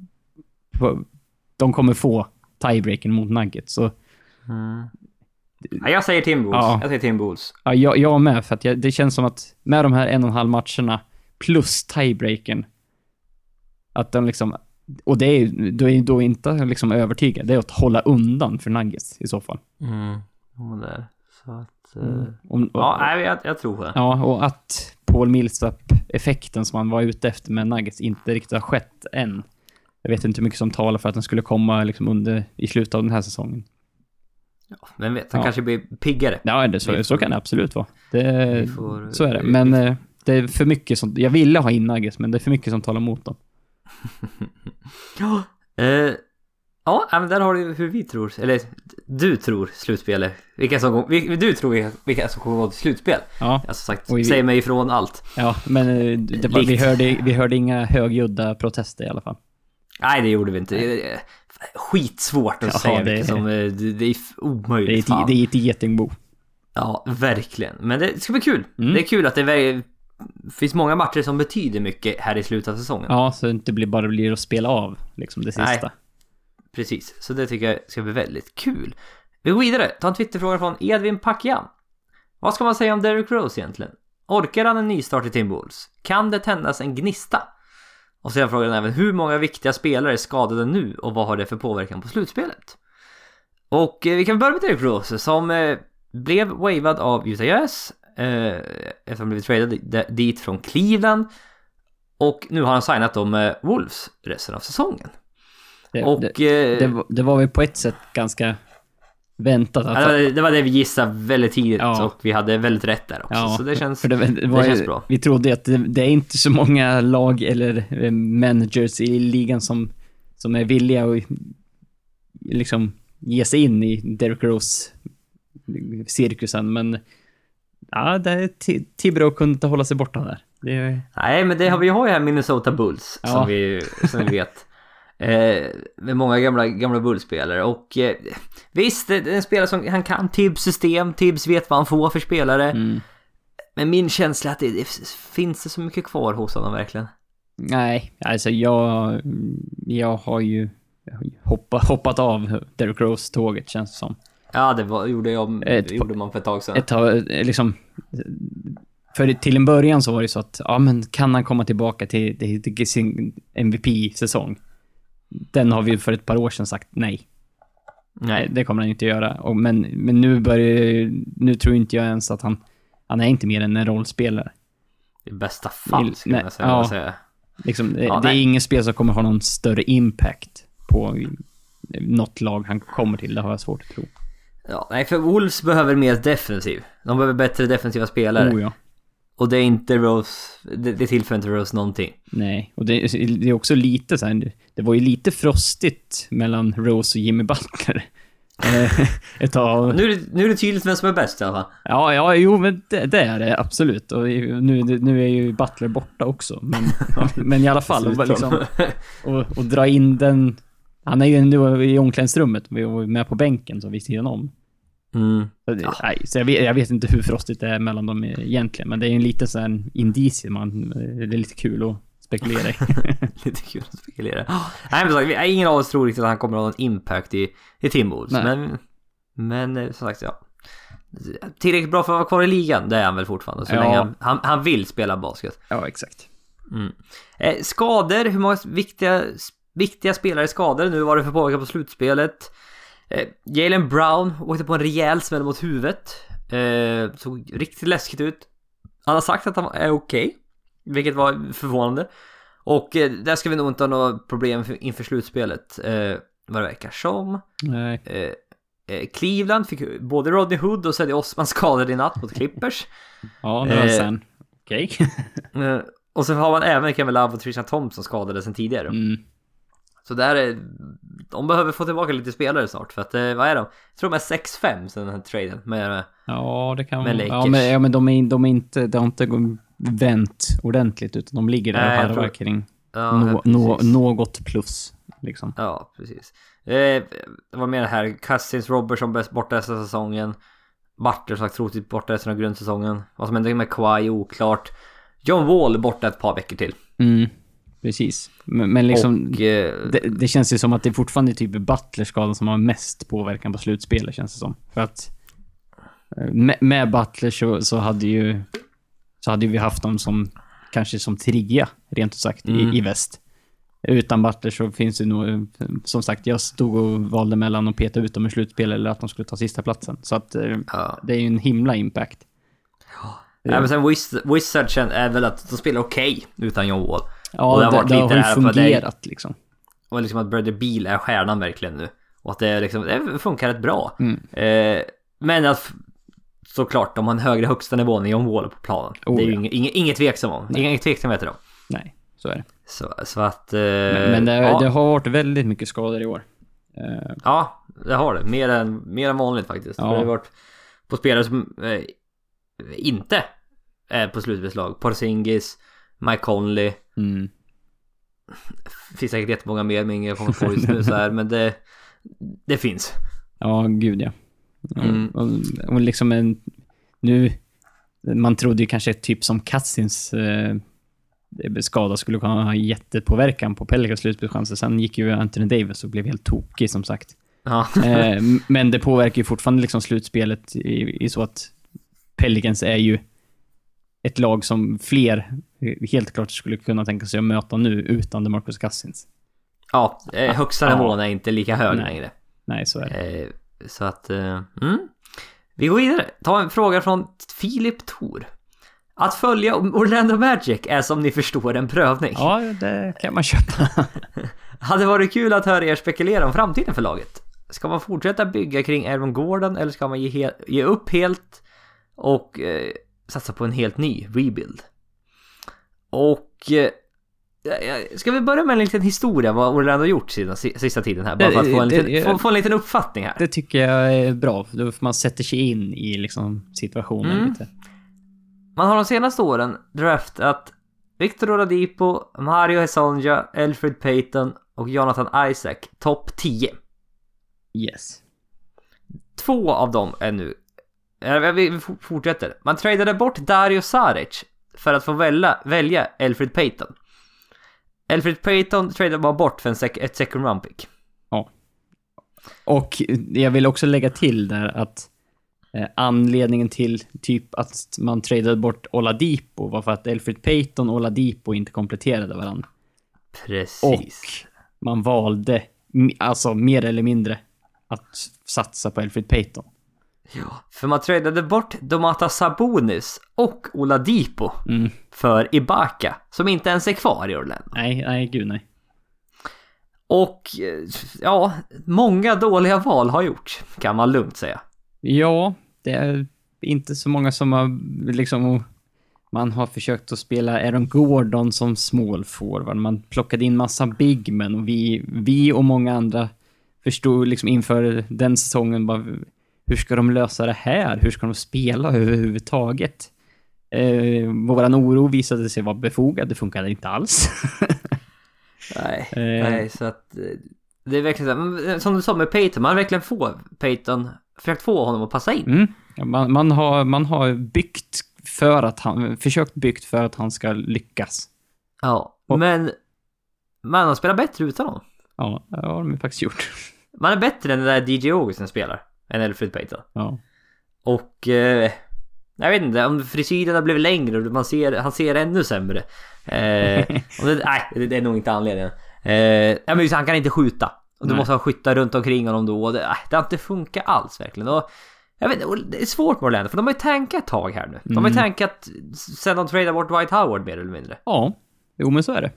de kommer få tiebreaken mot Nuggets. Så mm. ja, jag säger Timberwolves. Ja. Jag säger Timberwolves. Ja, jag, jag med, för att jag, det känns som att med de här en och en halv matcherna plus tiebreaken att de liksom, och det är då är då inte liksom övertygad, det är att hålla undan för Nuggets i så fall. Mm. Och där så att mm. Om, och, ja, nej, jag, jag tror det. Ja, och att Paul Millsap-effekten som man var ute efter med Nuggets inte riktigt har skett än. Jag vet inte hur mycket som talar för att den skulle komma liksom under i slutet av den här säsongen. Ja, vem vet, han ja. kanske blir piggare. Ja, det, så, får, så kan det absolut vara. Det, får, så är det. Men vi, det är för mycket som, jag ville ha in Nuggets, men det är för mycket som talar mot dem. Ja, eh, ja, men där har du hur vi tror, eller du tror slutspelet. Vilka som går, du tror vilka som kommer gå till slutspel. Ja. Alltså sagt, vi, säg mig ifrån allt. Ja, men det var, vi, hörde, vi hörde inga högljudda protester i alla fall. Nej, det gjorde vi inte. Skitsvårt att ja, säga det, som, det, det är omöjligt. Det är, det är ett getingbo. Ja, verkligen. Men det ska bli kul. Mm. Det är kul att det finns många matcher som betyder mycket här i slutet av säsongen. Ja, så det inte blir bara blir att spela av liksom det sista. Nej, precis. Så det tycker jag ska bli väldigt kul. Vi går vidare. Ta en Twitterfråga från Edvin Packian. Vad ska man säga om Derrick Rose egentligen? Orkar han en nystart i Timberwolves? Kan det tändas en gnista? Och så jag frågar även hur många viktiga spelare är skadade nu och vad har det för påverkan på slutspelet? Och eh, vi kan börja med Derrick Rose som eh, blev wavad av Utah Jazz. eh, efter att han blivit traded d- dit från Cleveland. Och nu har han signat dem med Wolves resten av säsongen. Det, och, det, eh, det, var, det var väl på ett sätt ganska väntat. Att, ja, det, var, det var det vi gissade väldigt tidigt ja. Och vi hade väldigt rätt där också. Ja, så det känns, för det, det, var, det känns bra. Vi trodde att det, det är inte så många lag eller managers i ligan som, som är villiga att liksom ge sig in i Derrick Rose-cirkusen. Men ja, det, Thibodeau kunde inte hålla sig borta där. Det... Nej, men det har vi har ju här Minnesota Bulls ja. som, vi, som vi vet. Eh, med många gamla, gamla Bulls-spelare. Och eh, visst, det är en spelare som han kan Tibbs system. Tibbs vet vad han får för spelare. Mm. Men min känsla är att det, det finns det så mycket kvar hos honom verkligen. Nej, alltså jag jag har ju hoppat, hoppat av Derrick Rose-tåget, känns det som. Ja, det var, gjorde, jag, ett, gjorde man för ett tag sedan. Ett tag, liksom... För till en början så var det så att ja, men kan han komma tillbaka till, till, till sin M V P-säsong? Den har vi för ett par år sedan sagt nej. Nej, det kommer han inte göra. Och, men, men nu börjar nu tror inte jag ens att han han är inte mer än en rollspelare. I bästa fall skulle nej, jag säga. Ja, säga. Liksom, det, ja, det är ingen spel som kommer ha någon större impact på något lag han kommer till. Det har jag svårt att tro. Ja, nej, för Wolves behöver mer defensiv. De behöver bättre defensiva spelare. Oh, ja. Och det är inte Rose, det, det tillför inte Rose någonting. Nej, och det, det är också lite så här, det var ju lite frostigt mellan Rose och Jimmy Butler. Ett tag. Nu är det, nu är det tydligt vem som är bäst i alla fall. Ja, ja, jo, men det, det är det absolut. Och nu, nu är ju Butler borta också. Men, men i alla fall, och, liksom, och, och dra in den. Han är ju ändå i omklädningsrummet. Vi var med på bänken så vi sidan om. Mm. Så, det, ja. nej, så jag, vet, jag vet inte hur frostigt det är mellan dem egentligen. Men det är en liten sån här indicie. Man, det är lite kul att spekulera i. Lite kul att spekulera. Nej, men sagt, ingen av oss tror riktigt att han kommer att ha någon impact i, i Timberwolves. Men, men som sagt, ja. Tillräckligt bra för att vara kvar i ligan. Det är han väl fortfarande. Så ja. länge han, han, han vill spela basket. Ja, exakt. Mm. Eh, skador. Hur många viktiga, viktiga spelare är skador? Nu var det för påverkan på slutspelet. Eh, Jaylen Brown åkte på en rejäl smäll mot huvudet. Eh, såg riktigt läskigt ut. Han har sagt att han är okej. Okay, vilket var förvånande. Och eh, där ska vi nog inte ha några problem för, inför slutspelet. Eh, vad det verkar som. Nej. Eh, eh, Cleveland fick både Rodney Hood och Cedi Osman skadade i natt mot Clippers. Ja, det var eh, sen. Okej. Okay. eh, och så har man även Kevin Love och Tristan Thompson skadade sen tidigare. Mm. Så där är, de behöver få tillbaka lite spelare snart. För att, vad är de? Jag tror de är sex fem sen den här traden med, ja, det kan med vara. Ja, men, ja, men de är, de är inte, de har inte vänt ordentligt utan de ligger där och harvar kring ja, no, no, något plus. Liksom. Ja, precis. Eh, vad menar här? Cousins, Robertson bäst borta nästa säsongen. Butler sagt troligt borta resten av grundsäsongen. Vad som händer med Kawhi oklart. John Wall borta ett par veckor till. Mm. Precis. Men, men liksom och, eh, det, det känns ju som att det är fortfarande typ Butler-skadan som har mest påverkan på slutspelet, känns det som. För att med, med Butler så, så hade ju så hade vi haft dem som kanske som trea, rent ut sagt, mm. i, i väst. Utan Butler så finns det nog, som sagt, jag stod och valde mellan att peta ut dem i slutspel eller att de skulle ta sista platsen. Så att ja. Det är ju en himla impact. Ja. Ja, men sen Wiz- Wizards är väl att de spelar okej okay utan John Wall. Ja, och det, det, det har ju fungerat det, liksom. Och liksom att Bradley Beal är stjärnan verkligen nu. Och att det, liksom, det funkar rätt bra. Mm. Eh, men att såklart, de har en högre högsta nivå än John Wall på planen. Oh, det är ju ja. inget, inget, inget tveksam om. Inget tveksamheter då. Nej, så är det. Så, så att... Eh, men men det, ja. det har varit väldigt mycket skador i år. Eh. Ja, det har det. Mer än, mer än vanligt faktiskt. Ja. Det har varit på spelare som eh, inte är på slutbeslag. Porzingis, Mike Conley. Mm. Finns säkert jättemånga mer, men jag kommer på just nu så här, men det, det finns. Ja, gud ja. Mm. Och, och liksom en, nu, man trodde ju kanske ett typ som Cousins eh, skada skulle kunna ha jättepåverkan på Pelicans slutspelschanser. Sen gick ju Anthony Davis och blev helt tokig, som sagt. Ja. eh, men det påverkar ju fortfarande liksom slutspelet i, i så att Pelicans är ju ett lag som fler helt klart skulle kunna tänka sig att möta nu utan DeMarcus Cousins. Ja, eh, högsta ja. nivån är inte lika hög Nej. längre. Nej, så är det. Eh, så att, eh, mm. Vi går vidare. Ta en fråga från Filip Thor. Att följa Orlando Magic är som ni förstår en prövning. Ja, det kan man köpa. Hade varit kul att höra er spekulera om framtiden för laget. Ska man fortsätta bygga kring Aaron Gordon eller ska man ge, he- ge upp helt och eh, satsa på en helt ny rebuild? Och eh, ska vi börja med en liten historia vad Orlando har gjort sista, sista tiden här? Bara för att få en, liten, få, få en liten uppfattning här. Det tycker jag är bra. Då man sätter sig in i liksom situationen mm. lite. Man har de senaste åren draftat Victor Oladipo, Mario Hezonja, Elfrid Payton och Jonathan Isaac topp tio. Yes. Två av dem är nu... Vi fortsätter. Man tradade bort Dario Saric för att få välja, välja Elfrid Payton. Elfrid Payton tradade bara bort för en sec- ett second round pick. Ja. Och jag vill också lägga till där att eh, anledningen till typ att man tradade bort Oladipo var för att Elfrid Payton och Oladipo inte kompletterade varandra. Precis. Och man valde alltså mer eller mindre att satsa på Elfrid Payton. Ja, för man tradade bort Domantas Sabonis och Oladipo mm. för Ibaka, som inte ens är kvar i Orlando. Nej, nej, gud nej. Och ja, många dåliga val har gjorts, kan man lugnt säga. Ja, det är inte så många som har liksom... Man har försökt att spela Aaron Gordon som small forward. Man plockade in massa big men och vi, vi och många andra förstod liksom inför den säsongen bara, hur ska de lösa det här? Hur ska de spela överhuvudtaget? Eh, våran oro visade sig vara befogad. Det funkade inte alls. nej, eh. nej, så att det är verkligen så, som du sa med Payton, man har verkligen få Payton, försökt få honom att passa in. Mm. Ja, man, man, har, man har byggt för att han, försökt byggt för att han ska lyckas. Ja, och, men man har spelat bättre utan honom. Ja, det har de faktiskt gjort. Man är bättre än den där D J Augustin spelar än Elfrid Payton. Ja. Och eh, jag vet inte, om frisyren har blivit längre och man ser, han ser ännu sämre. Eh, och det, nej, det är nog inte anledningen. Eh, men han kan inte skjuta. Och du nej. måste ha skyttar runt omkring honom då. Och det, nej, det har inte funkat alls verkligen. Och jag vet inte, det är svårt med Orlando, för de har ju tankat ett tag här nu. De har ju mm. tankat sen de tradade bort Dwight Howard mer eller mindre. Ja, jo men så är det.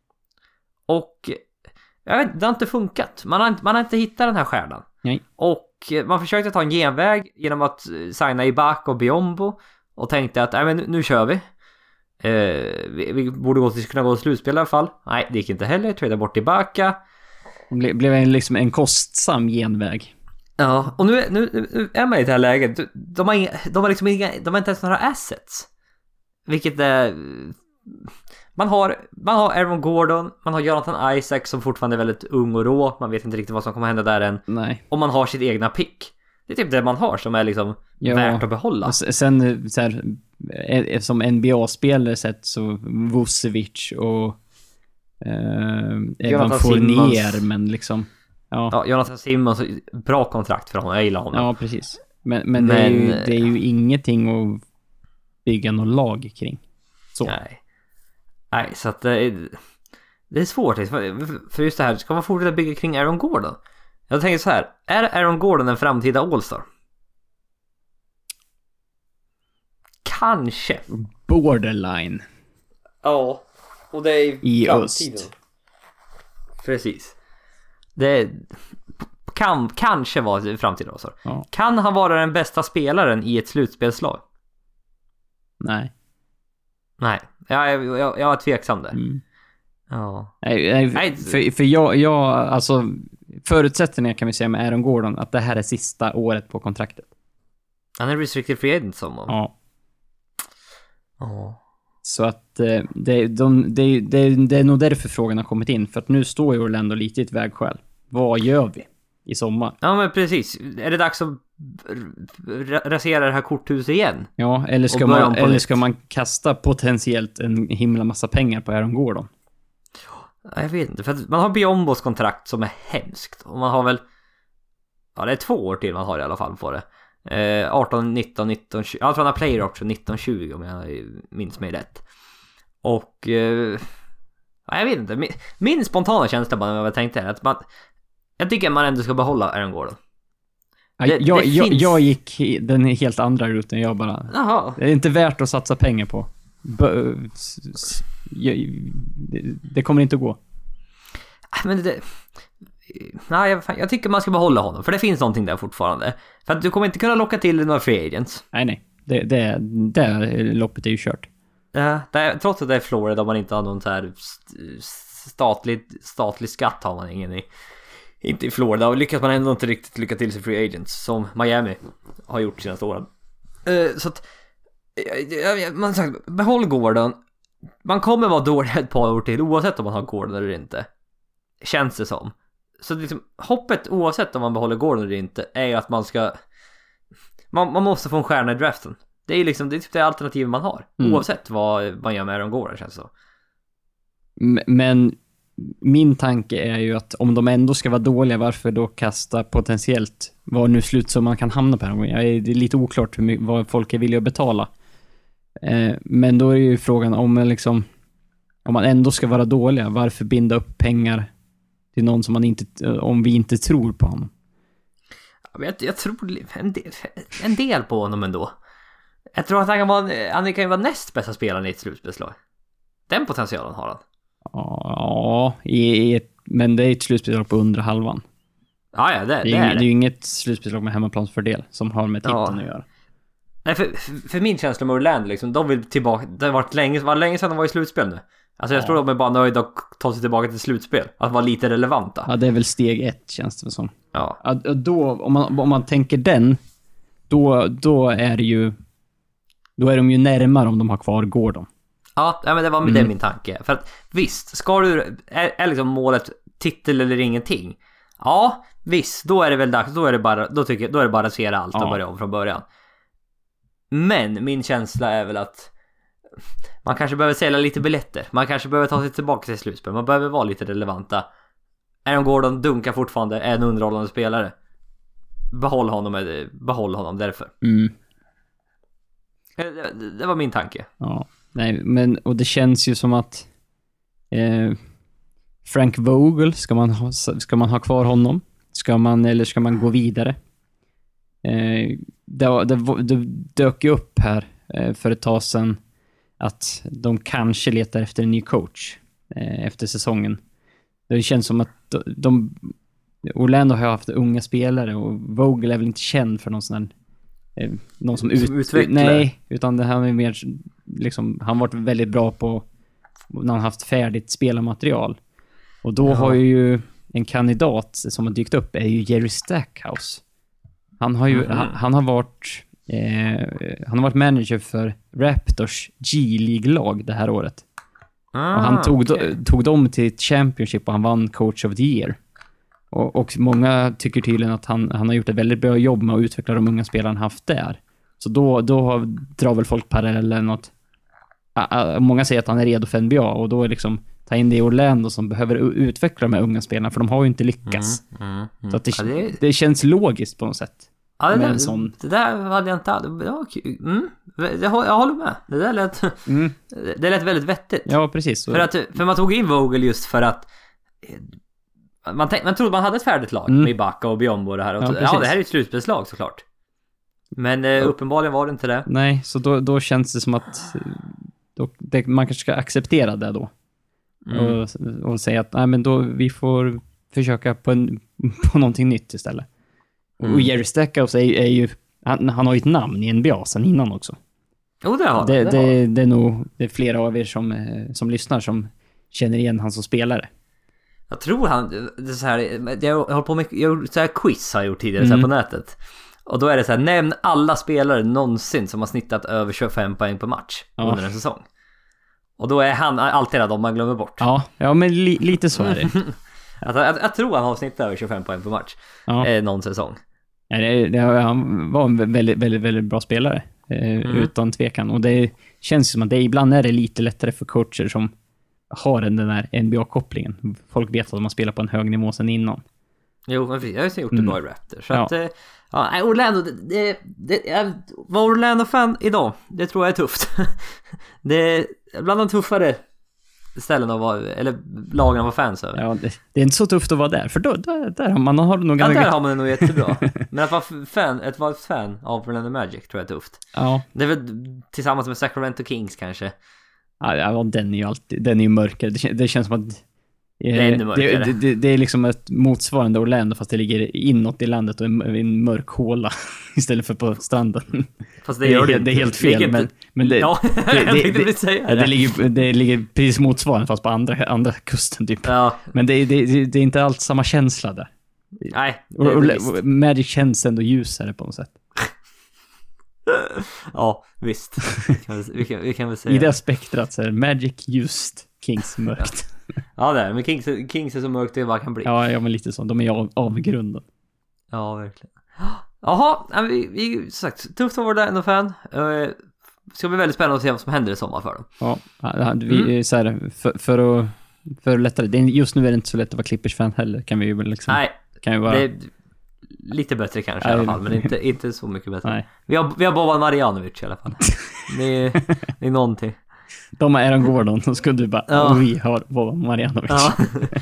Och jag vet, det har inte funkat. Man har, man har inte hittat den här stjärnan. Nej. Och man försökte ta en genväg genom att signa Ibaka och Biombo och tänkte att nej, men nu, nu kör vi. Eh, vi, vi borde gå till, kunna gå till slutspel i alla fall. Nej, det gick inte heller. Trada bort Ibaka. Det ble, blev en, liksom en kostsam genväg. Ja, och nu, nu, nu är man i det här läget. De har, inga, de har liksom inga, de har inte ens några assets. Vilket är... Man har, man har Aaron Gordon, man har Jonathan Isaac som fortfarande är väldigt ung och rå. Man vet inte riktigt vad som kommer hända där än. Nej. Och man har sitt egna pick. Det är typ det man har som är liksom ja, värt att behålla. Och sen så här, som N B A-spelare sett så Vucevic och eh, Evan Fournier, men liksom ja. ja, Jonathan Simmons, bra kontrakt för honom, jag gillar honom. Ja, precis. Men, men, men det, är ju, det är ju ingenting att bygga någon lag kring. Så. Nej. Nej, så att det är, det är svårt. För just det här, ska man fortsätta bygga kring Aaron Gordon? Jag tänker så här, är Aaron Gordon en framtida All-Star? Kanske. Borderline. Ja, och det är i framtiden. Öst. Precis. Det kan kanske vara framtiden All-Star. Ja. Kan han vara den bästa spelaren i ett slutspelslag? Nej. Nej, jag, jag, jag, jag är tveksam där. Mm. Ja. Nej, nej, nej. För, för jag, jag, alltså förutsättningar kan vi säga med Aaron Gordon att det här är sista året på kontraktet. Han är restricted free agent som man. Ja. Ja. Så att det, de, det, det, det är nog därför frågan har kommit in. För att nu står ju Orlando lite i ett vägskäl. Vad gör vi i sommar? Ja, men precis. Är det dags att rasera det här korthuset igen? Ja, eller ska, man, eller ska man kasta potentiellt en himla massa pengar på Aaron Gordon? Jag vet inte, för att man har Biombos kontrakt som är hemskt. Och man har väl... Ja, det är två år till man har i alla fall på det. Eh, arton, nitton, nitton, tjugo... Alltså han har player option nitton, tjugo om jag minns mig rätt. Och... Eh, ja, jag vet inte. Min, min spontana känsla bara när jag tänkte är att man... Jag tycker att man ändå ska behålla Aaron Gordon. Ja, Det- jag, det jag, finns- jag gick i- den helt andra rutan. Jag bara... Jaha. Det är inte värt att satsa pengar på. B- s- s- jag, det, det kommer inte att gå. Men det... Nej, jag, jag tycker man ska behålla honom. För det finns någonting där fortfarande. För att du kommer inte kunna locka till några free agents. Nej, nej. Det, det, det loppet är ju kört. Ja, det är, trots att det är Florida, man inte har någon så här st- statlig, statlig skatt har man ingen i. Inte i Florida. Och lyckas man ändå inte riktigt lycka till sig free agents. Som Miami har gjort senaste åren. Uh, så att... Uh, uh, man sagt, behåll Gordon. Man kommer vara dålig ett par år till. Oavsett om man har Gordon eller inte. Känns det som. Så liksom, hoppet oavsett om man behåller Gordon eller inte är ju att man ska man, man måste få en stjärna i draften. Det är liksom det är typ det alternativ man har. Mm. Oavsett vad man gör med Aaron Gordon känns det så. M- Men min tanke är ju att om de ändå ska vara dåliga, varför då kasta potentiellt vad nu slutsumman kan hamna på här? Jag är, det är lite oklart hur mycket, vad folk är villiga att betala. Eh, men då är ju frågan om man liksom om man ändå ska vara dåliga, varför binda upp pengar till någon som man inte, om vi inte tror på honom? Jag, jag tror en del, en del på honom ändå. Jag tror att han kan vara, han kan ju vara näst bästa spelaren i ett slutspelslag. Den potentialen har han. Ja, i, i ett, men det är ett slutspelslag på undre halvan. Ja, ja, det, Det är, det ju- är det är det. ju inget slutspelslag med hemmaplansfördel som har med titeln Ja. att göra. Nej, för, för, för min känsla med Orlando liksom, de vill tillbaka. Det har varit länge, var länge sedan de var i slutspel nu. Alltså jag Ja. tror de är bara nöjda att ta sig tillbaka till slutspel. Att vara lite relevanta. Ja, det är väl steg ett, känns det som. Ja. Ja, då, om man, om man tänker den, då, då är det ju då är de ju närmare om de har kvar Gordon. Ja, ja, men det var Mm. det min tanke. För att visst, ska du, är, är liksom målet titel eller ingenting? Ja, visst, då är det väl dags, då är det bara, då tycker jag, då är det bara att se allt och Ja. börja om från början. Men min känsla är väl att man kanske behöver sälja lite biljetter. Man kanske behöver ta sig tillbaka till slutspel. Man behöver vara lite relevanta. Aaron Gordon dunkar fortfarande, är en underhållande spelare. Behåll honom, behåll honom därför. Mm. Det, det var min tanke. Ja, nej, men och det känns ju som att eh, Frank Vogel, ska man ha, ska man ha kvar honom? Ska man, eller ska man gå vidare? Eh, det, det, det dök ju upp här eh, för ett tag sedan att de kanske letar efter en ny coach eh, efter säsongen. Det känns som att de, de Orlando har haft unga spelare och Vogel är väl inte känd för någon sån här eh, någon som, Som ut, utvecklar. nej, utan det här är mer liksom, han varit väldigt bra på när han haft färdigt spelarmaterial. Och då Ja. har ju en kandidat som har dykt upp är ju Jerry Stackhouse. Han har ju Mhm. han, han har varit eh, han har varit manager för Raptors G-League-lag det här året. Ah, Och han tog, okej. tog dem till ett championship och han vann coach of the year. Och, och många tycker tydligen att han, han har gjort ett väldigt bra jobb med att utveckla de unga spelarna han haft där. Så då, då har, drar väl folk parallellen att ah, ah, många säger att han är redo för N B A och då är liksom ta in det i Orlando som behöver u- utveckla de här unga spelarna för de har ju inte lyckats. Mm, mm, mm. Så att det, Ja, det, det känns logiskt på något sätt. ja, det, med där, en sån- det där hade jag inte... Det var kul. Mm, jag, hå- jag håller med. Det där lät, Mm. det lät väldigt vettigt. Ja, precis. Så, För, att, för man tog in Vogel just för att eh, man, tänk, man trodde man hade ett färdigt lag Mm. med Ibaka och Biombo och det här. Och Ja, ja, precis. det här är ett slutspelslag såklart. Men eh, uppenbarligen var det inte det. nej, så då, då känns det som att eh, då, det, man kanske ska acceptera det då. Mm. Och, och säga att nej, men då vi får försöka på, en, på någonting nytt istället. Mm. Och Jerry Stackhouse är, är ju han, han har ju ett namn i N B A sen innan också. Jo, det har Det, det, det, det, det, är nog det är flera av er som, eh, som lyssnar som känner igen han som spelare. Jag tror han... Det är så här, jag har hållit på med jag, så här quiz har jag gjort tidigare så här Mm. på nätet. Och då är det så här, nämn alla spelare någonsin som har snittat över tjugofem poäng per match Ja. under en säsong. Och då är han alltid en av dem man glömmer bort. Ja, ja men li, lite så är det. Alltså, jag, jag tror han har snittat över tjugofem poäng per match Ja. eh, någon säsong. Ja, det, det, han var en väldigt, väldigt, väldigt bra spelare. Eh, Utan tvekan. Och det känns som att det, ibland är det lite lättare för coacher som har den där N B A-kopplingen. Folk vet att de har spelat på en hög nivå sedan innan. Jo, men precis, jag har ju gjort det Mm. bra i Raptors. Så Ja. att, eh, ja, nej, Orlando, det, det, det, jag var Orlando-fan idag, det tror jag är tufft. Det är bland de tuffare ställen att vara, eller lagen att vara fans över. Ja, det, det är inte så tufft att vara där, för då, där, där har man har nog Ja, ganska... där har man det nog jättebra. Men att vara fan, att vara ett fan av Orlando Magic tror jag är tufft. Ja. Det är väl tillsammans med Sacramento Kings kanske. Ja, ja, den är ju alltid, den är ju mörkare. Det, kän- det känns som att eh, Det är ännu mörkare. det, det, det är liksom ett motsvarande Orlando fast det ligger inåt i landet och en, en mörk håla istället för på stranden. Fast det gör det, det är helt Ligger fel, inte- men, men det, Ja, det, jag det, tänkte det, precis säga ja, det. det, ligger, det ligger precis motsvarande fast på andra, andra kusten typ. Ja, Men det, det, det är inte allt samma känsla där. nej. Det Och, är och, det visst. och Magic känns ändå ljusare på något sätt. Ja, visst. Vi kan, väl- vi kan, vi kan väl säga I det spektrat så är Magic ljust, Kings mörkt. Ja, det är. Men Kings, Kings är så mörkt det bara kan bli. Ja, ja, men lite så. De är av, avgrunden. Ja, verkligen. Jaha, ja, vi, vi som sagt, tufft att vara där ändå fan. Uh, ska bli väldigt spännande att se vad som händer i sommar för dem. Ja, ja, vi Mm. så här, för, för att för att lättare. Det är, just nu är det inte så lätt att vara Clippers-fan heller. Kan vi ju väl liksom... Nej, kan vi bara, det är lite bättre kanske i Nej. alla fall, men inte, inte så mycket bättre. nej. Vi har, vi har Boban Marjanovic i alla fall. Det är, det är någonting. De har Aaron Gordon, så skulle du bara... Ja. Och vi har Boban Marjanovic. Ja.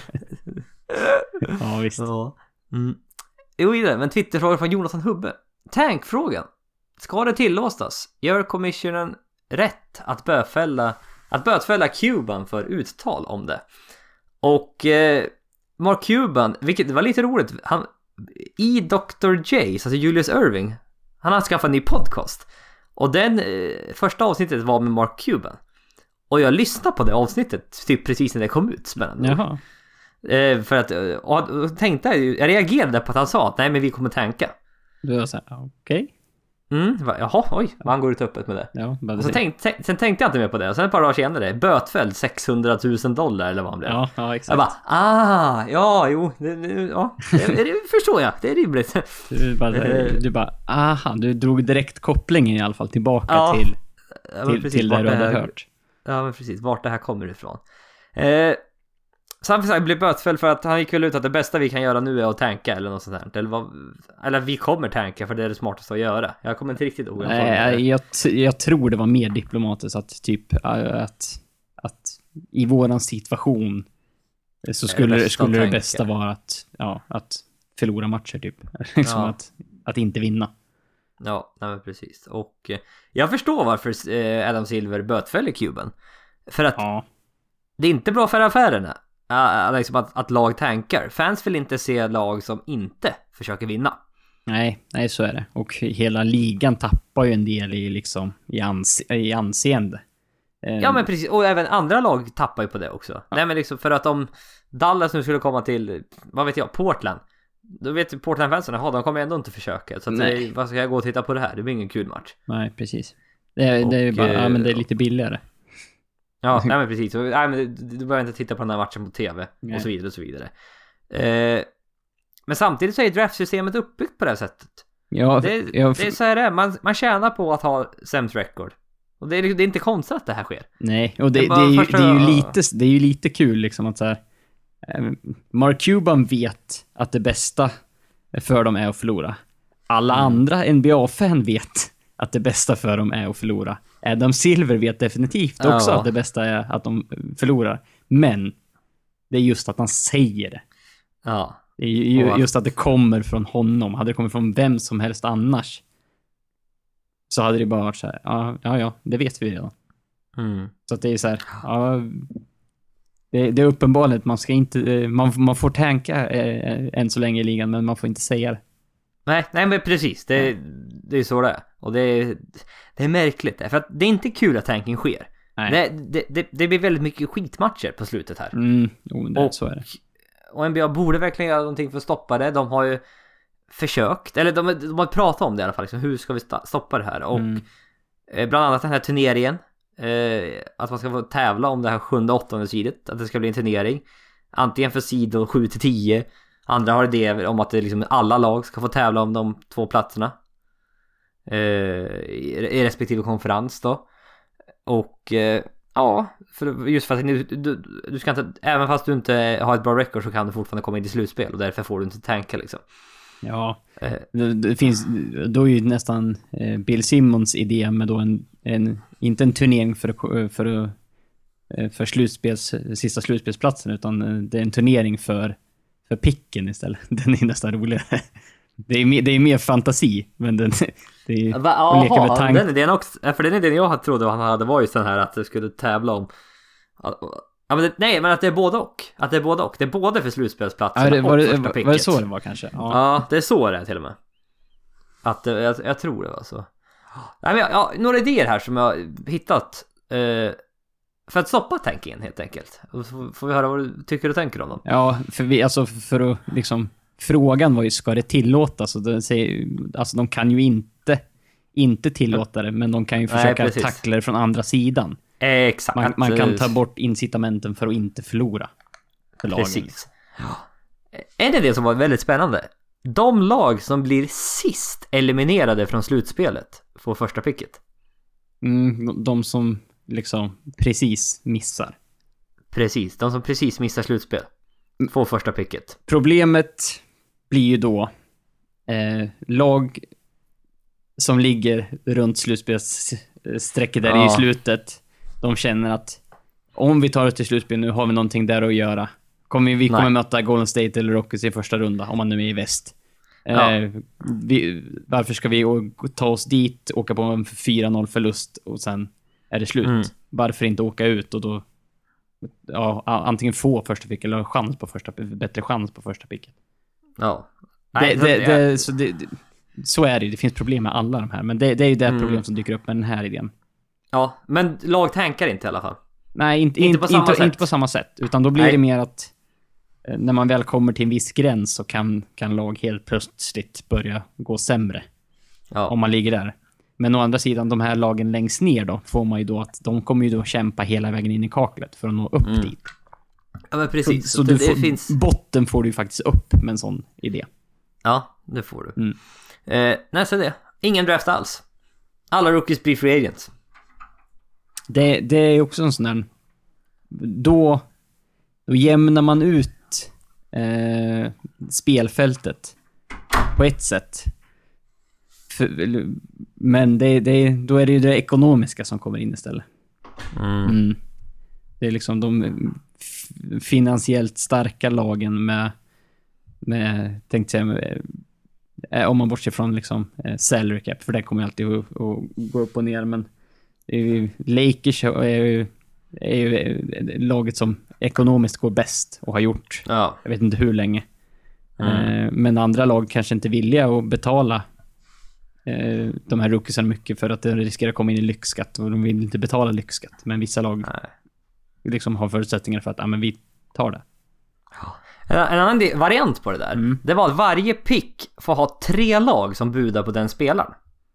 Ja, visst. Ja. Mm. Jo, vidare, men Twitterfråga från Jonathan Hubbe. Tankfrågan. Ska det tillåtas? Gör kommissionen rätt att bötfälla att bötfälla Cuban för uttal om det? Och eh, Mark Cuban, vilket det var lite roligt, han i doktor J, alltså Julius Irving, han har skaffat en ny podcast. Och den eh, första avsnittet var med Mark Cuban. Och jag lyssnade på det avsnittet typ precis när det kom ut, spännande. Jaha. Eh, för att, och, och tänkte jag, jag reagerade på att han sa att nej men vi kommer tanka. Du var såhär, okej. Mm, va, jaha, oj, vad han går ut öppet med det. Ja, bara Och så det. tänk, tänk, sen tänkte jag inte mer på det. Och sen ett par dagar senare, bötfälld sexhundratusen dollar eller vad han blev. Ja, ja, Jag exakt. bara, ah, ja, jo, det, det, ja, det, det förstår jag, det är rimligt. Du bara, Eh. du bara, aha, du drog direkt kopplingen i alla fall tillbaka Ja, till, Ja, men till, precis, till det vart du hade här- hört. Ja, men precis, vart det här kommer ifrån. Eh, så han försökte bli bötfälld för att han gick väl ut att det bästa vi kan göra nu är att tanka eller något sånt där. Eller, vad, eller vi kommer tanka för det är det smartaste att göra. Jag kommer inte riktigt ihåg. Nej, jag, t- jag tror det var mer diplomatiskt att typ äh, att, att i våran situation så skulle, bästa skulle att det tänka. bästa vara att, ja, att förlora matcher typ. liksom Ja. att, att inte vinna. Ja, nej men precis. Och eh, jag förstår varför eh, Adam Silver bötfäller Cuban. För att Ja. det är inte bra för affärerna. Uh, liksom att, att lag tankar. Fans vill inte se lag som inte försöker vinna. Nej, nej, så är det. Och hela ligan tappar ju en del i liksom i, anse- i anseende. Eh, Ja men precis, och även andra lag tappar ju på det också. Nej men liksom för att om Dallas nu skulle komma till, vad vet jag, Portland. Då vet ju Portland-fansen, jaha, de kommer ändå inte försöka. Så att Nej. det, vad ska jag gå och titta på det här? Det blir ingen kul match. Nej, precis. Det är, det är ju Och, bara, ja men det är eh, lite billigare. Ja, nej men precis. Och, nej, men du, du behöver inte titta på den här matchen på tv. Nej. Och så vidare och så vidare. Eh, men samtidigt så är draftsystemet uppbyggt på det här sättet. Ja, Det, jag, det är så här det är. Man, man tjänar på att ha sämst record. Och det är, det är inte konstigt att det här sker. nej, och det, Det det, var är ju, första- det, är ju lite, det är ju lite kul liksom att så här, eh, Mark Cuban vet att det bästa för dem är att förlora. Alla Mm. andra N B A-fan vet att det bästa för dem är att förlora. Adam Silver vet definitivt också Ja. att det bästa är att de förlorar. Men det är just att han säger det. Ja. Det är ju Och att- just att det kommer från honom. Hade det kommit från vem som helst annars så hade det bara varit så här, ja, ja, ja, det vet vi redan. Mm. Så att det är så här, ja, det, det är uppenbarligen att man ska inte, eh, man, man får tänka eh, än så länge i ligan, men man får inte säga det. Nej, nej men precis. Det, det är så det är. Och det är, det är märkligt. För att det är inte kul att tanking sker. Nej. Det, det, det, det blir väldigt mycket skitmatcher på slutet här. Mm, jo, det, Och- så är det. Och N B A borde verkligen göra någonting för att stoppa det. De har ju försökt, eller de, de har pratat om det i alla fall. Liksom, hur ska vi sta- stoppa det här? Och Mm. eh, bland annat den här turneringen. Eh, att man ska få tävla om det här sjunde och åttonde sidet. Att det ska bli en turnering. Antingen för sidor sju till tio. Andra har idéer om att det liksom alla lag ska få tävla om de två platserna. Eh, i, I respektive konferens då. Och eh, ja, för, just för att du, du, du ska inte, även fast du inte har ett bra record så kan du fortfarande komma in i slutspel. Och därför får du inte tanka liksom. Ja, Eh, det, det finns, då är ju nästan eh, Bill Simmons idé med då en, en inte en turnering för att, för att för slutspels, sista slutspelsplatsen, utan det är en turnering för, för picken istället. Den är nästan roligare. Det är mer, det är mer fantasi, men den, det är Va, aha, leka med tank. Den idén också, för den idén jag trodde han hade var just den här att det skulle tävla om. Ja, men det, nej, men att det är både och. Att det är både och. Det är både för slutspelsplatsen ja, det, var och det, första var, picket. var det så det var kanske? Ja, ja det är så det är till och med. Att jag, jag tror det var så. Nej, men jag, jag, några idéer här som jag har hittat eh, för att stoppa tankingen helt enkelt. Och så får vi höra vad du tycker och tänker om dem. Ja, för vi, alltså för att liksom, frågan var ju, ska det tillåtas? Och det säger, alltså de kan ju inte inte tillåta det, men de kan ju försöka Nej, tackla det från andra sidan. Exakt. Man, man kan ta bort incitamenten för att inte förlora. För lagen. Precis. En idé som var väldigt spännande. De lag som blir sist eliminerade från slutspelet får första picket. Mm, de som liksom precis missar. Precis, de som precis missar slutspel får första picket. Problemet blir ju då eh, lag som ligger runt slutspelssträcket där ja. i slutet. De känner att om vi tar det till slutspel nu har vi någonting där att göra. Kommer vi kommer Nej. möta Golden State eller Rockets i första runda om man nu är i väst. Ja. Eh, vi, varför ska vi ta oss dit, åka på en fyra noll förlust och sen är det slut? Mm. Varför inte åka ut och då ja, antingen få första pick eller chans på första, bättre chans på första picket. Ja. Nej, det, det, det, så, det, så är det ju. Det finns problem med alla de här. Men det, det är ju det mm. problem som dyker upp med den här idén. Ja, men lag tankar inte i alla fall. Nej, inte, inte, på, samma inte, inte på samma sätt. Utan då blir Nej. det mer att när man väl kommer till en viss gräns så kan, kan lag helt plötsligt börja gå sämre. Ja. Om man ligger där. Men å andra sidan, de här lagen längst ner då, får man ju då att de kommer ju då kämpa hela vägen in i kaklet för att nå upp mm. dit. Ja, men precis. Så, så det, du får, det finns... botten får du ju faktiskt upp med en sån idé. Ja, det får du. Mm. Eh, nästa det. Ingen draft alls. Alla rookies blir free agents. Det, det är också en sån där... Då, då jämnar man ut eh, spelfältet på ett sätt. För, men det, det, då är det ju det ekonomiska som kommer in istället. Mm. Mm. Det är liksom de f- finansiellt starka lagen med, med tänkte jag, med, om man bortser från liksom eh, salary cap, för det kommer alltid att, att gå upp och ner, men det är ju, Lakers är ju, är ju laget som ekonomiskt går bäst och har gjort. Ja. Jag vet inte hur länge. Mm. Eh, men andra lag kanske inte villiga att betala eh, de här rookiesarna mycket för att det riskerar att komma in i lyxskatt, och de vill inte betala lyxskatt. Men vissa lag Nej. liksom har förutsättningar för att ah, men vi tar det. En, en annan del, variant på det där, mm. det var att varje pick får ha tre lag som budar på den spelaren.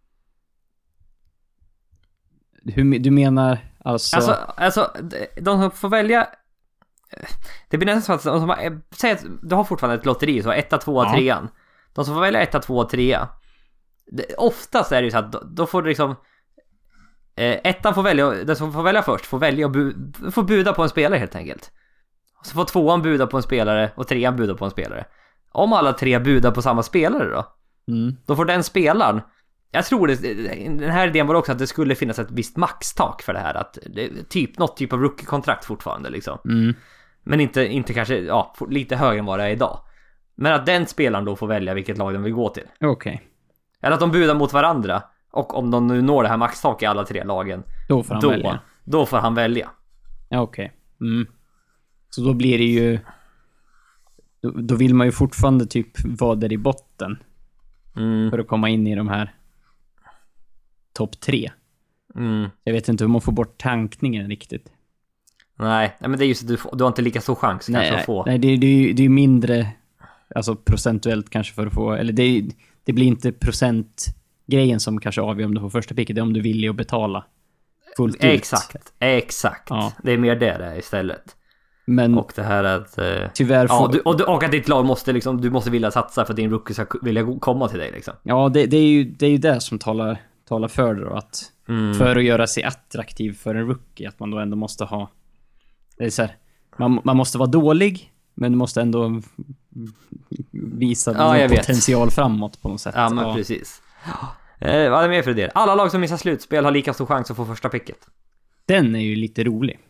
Hur, du menar alltså... Alltså, alltså de som får välja... Det blir nästan så att de som har, säg att du har fortfarande ett lotteri så etta, tvåa, ja. trean. De som får välja etta, tvåa, trea. Det, oftast är det ju så att då, då får du liksom eh, ettan får välja, den som får välja först får välja och bu, får buda på en spelare helt enkelt. Så får tvåan buda på en spelare och trean buda på en spelare. Om alla tre budar på samma spelare då, mm. då får den spelaren, jag tror det, den här idén var också att det skulle finnas ett visst maxtak för det här, att det, typ något typ av rookie-kontrakt fortfarande liksom. Mm. Men inte, inte kanske, ja, lite högre än vad det är idag. Men att den spelaren då får välja vilket lag den vill gå till. Okej. Okay. Eller att de budar mot varandra. Och om de nu når det här maxtak i alla tre lagen, då får han då, välja. Då får han välja. Ja, okej. Okay. Mm. Så då blir det ju... Då, då vill man ju fortfarande typ vara där i botten. Mm. För att komma in i de här topp tre. Mm. Jag vet inte hur man får bort tankningen riktigt. Nej, men det är just du, du har inte lika stor chans nej, kanske att få. Nej, det, det, är ju, det är mindre alltså procentuellt kanske för att få, eller det, det blir inte procentgrejen som kanske avgör om du får första picket, det är om du vill att betala fullt ut. Exakt, exakt. Ja. Det är mer det där istället. Men och det här att eh, tyvärr ja, får... du, och, du, och att ditt lag måste liksom, du måste vilja satsa för att din rookie ska vilja komma till dig liksom. Ja, det, det är ju det är ju det som talar talar för det då, att mm. för att göra sig attraktiv för en rookie, att man då ändå måste ha, det är så här, man, man måste vara dålig, men du måste ändå visa ja, potential vet. framåt på något sätt. Ja, men ja. precis. Eh, vad är det mer för det? Alla lag som missar slutspel har lika stor chans att få första picket. Den är ju lite rolig.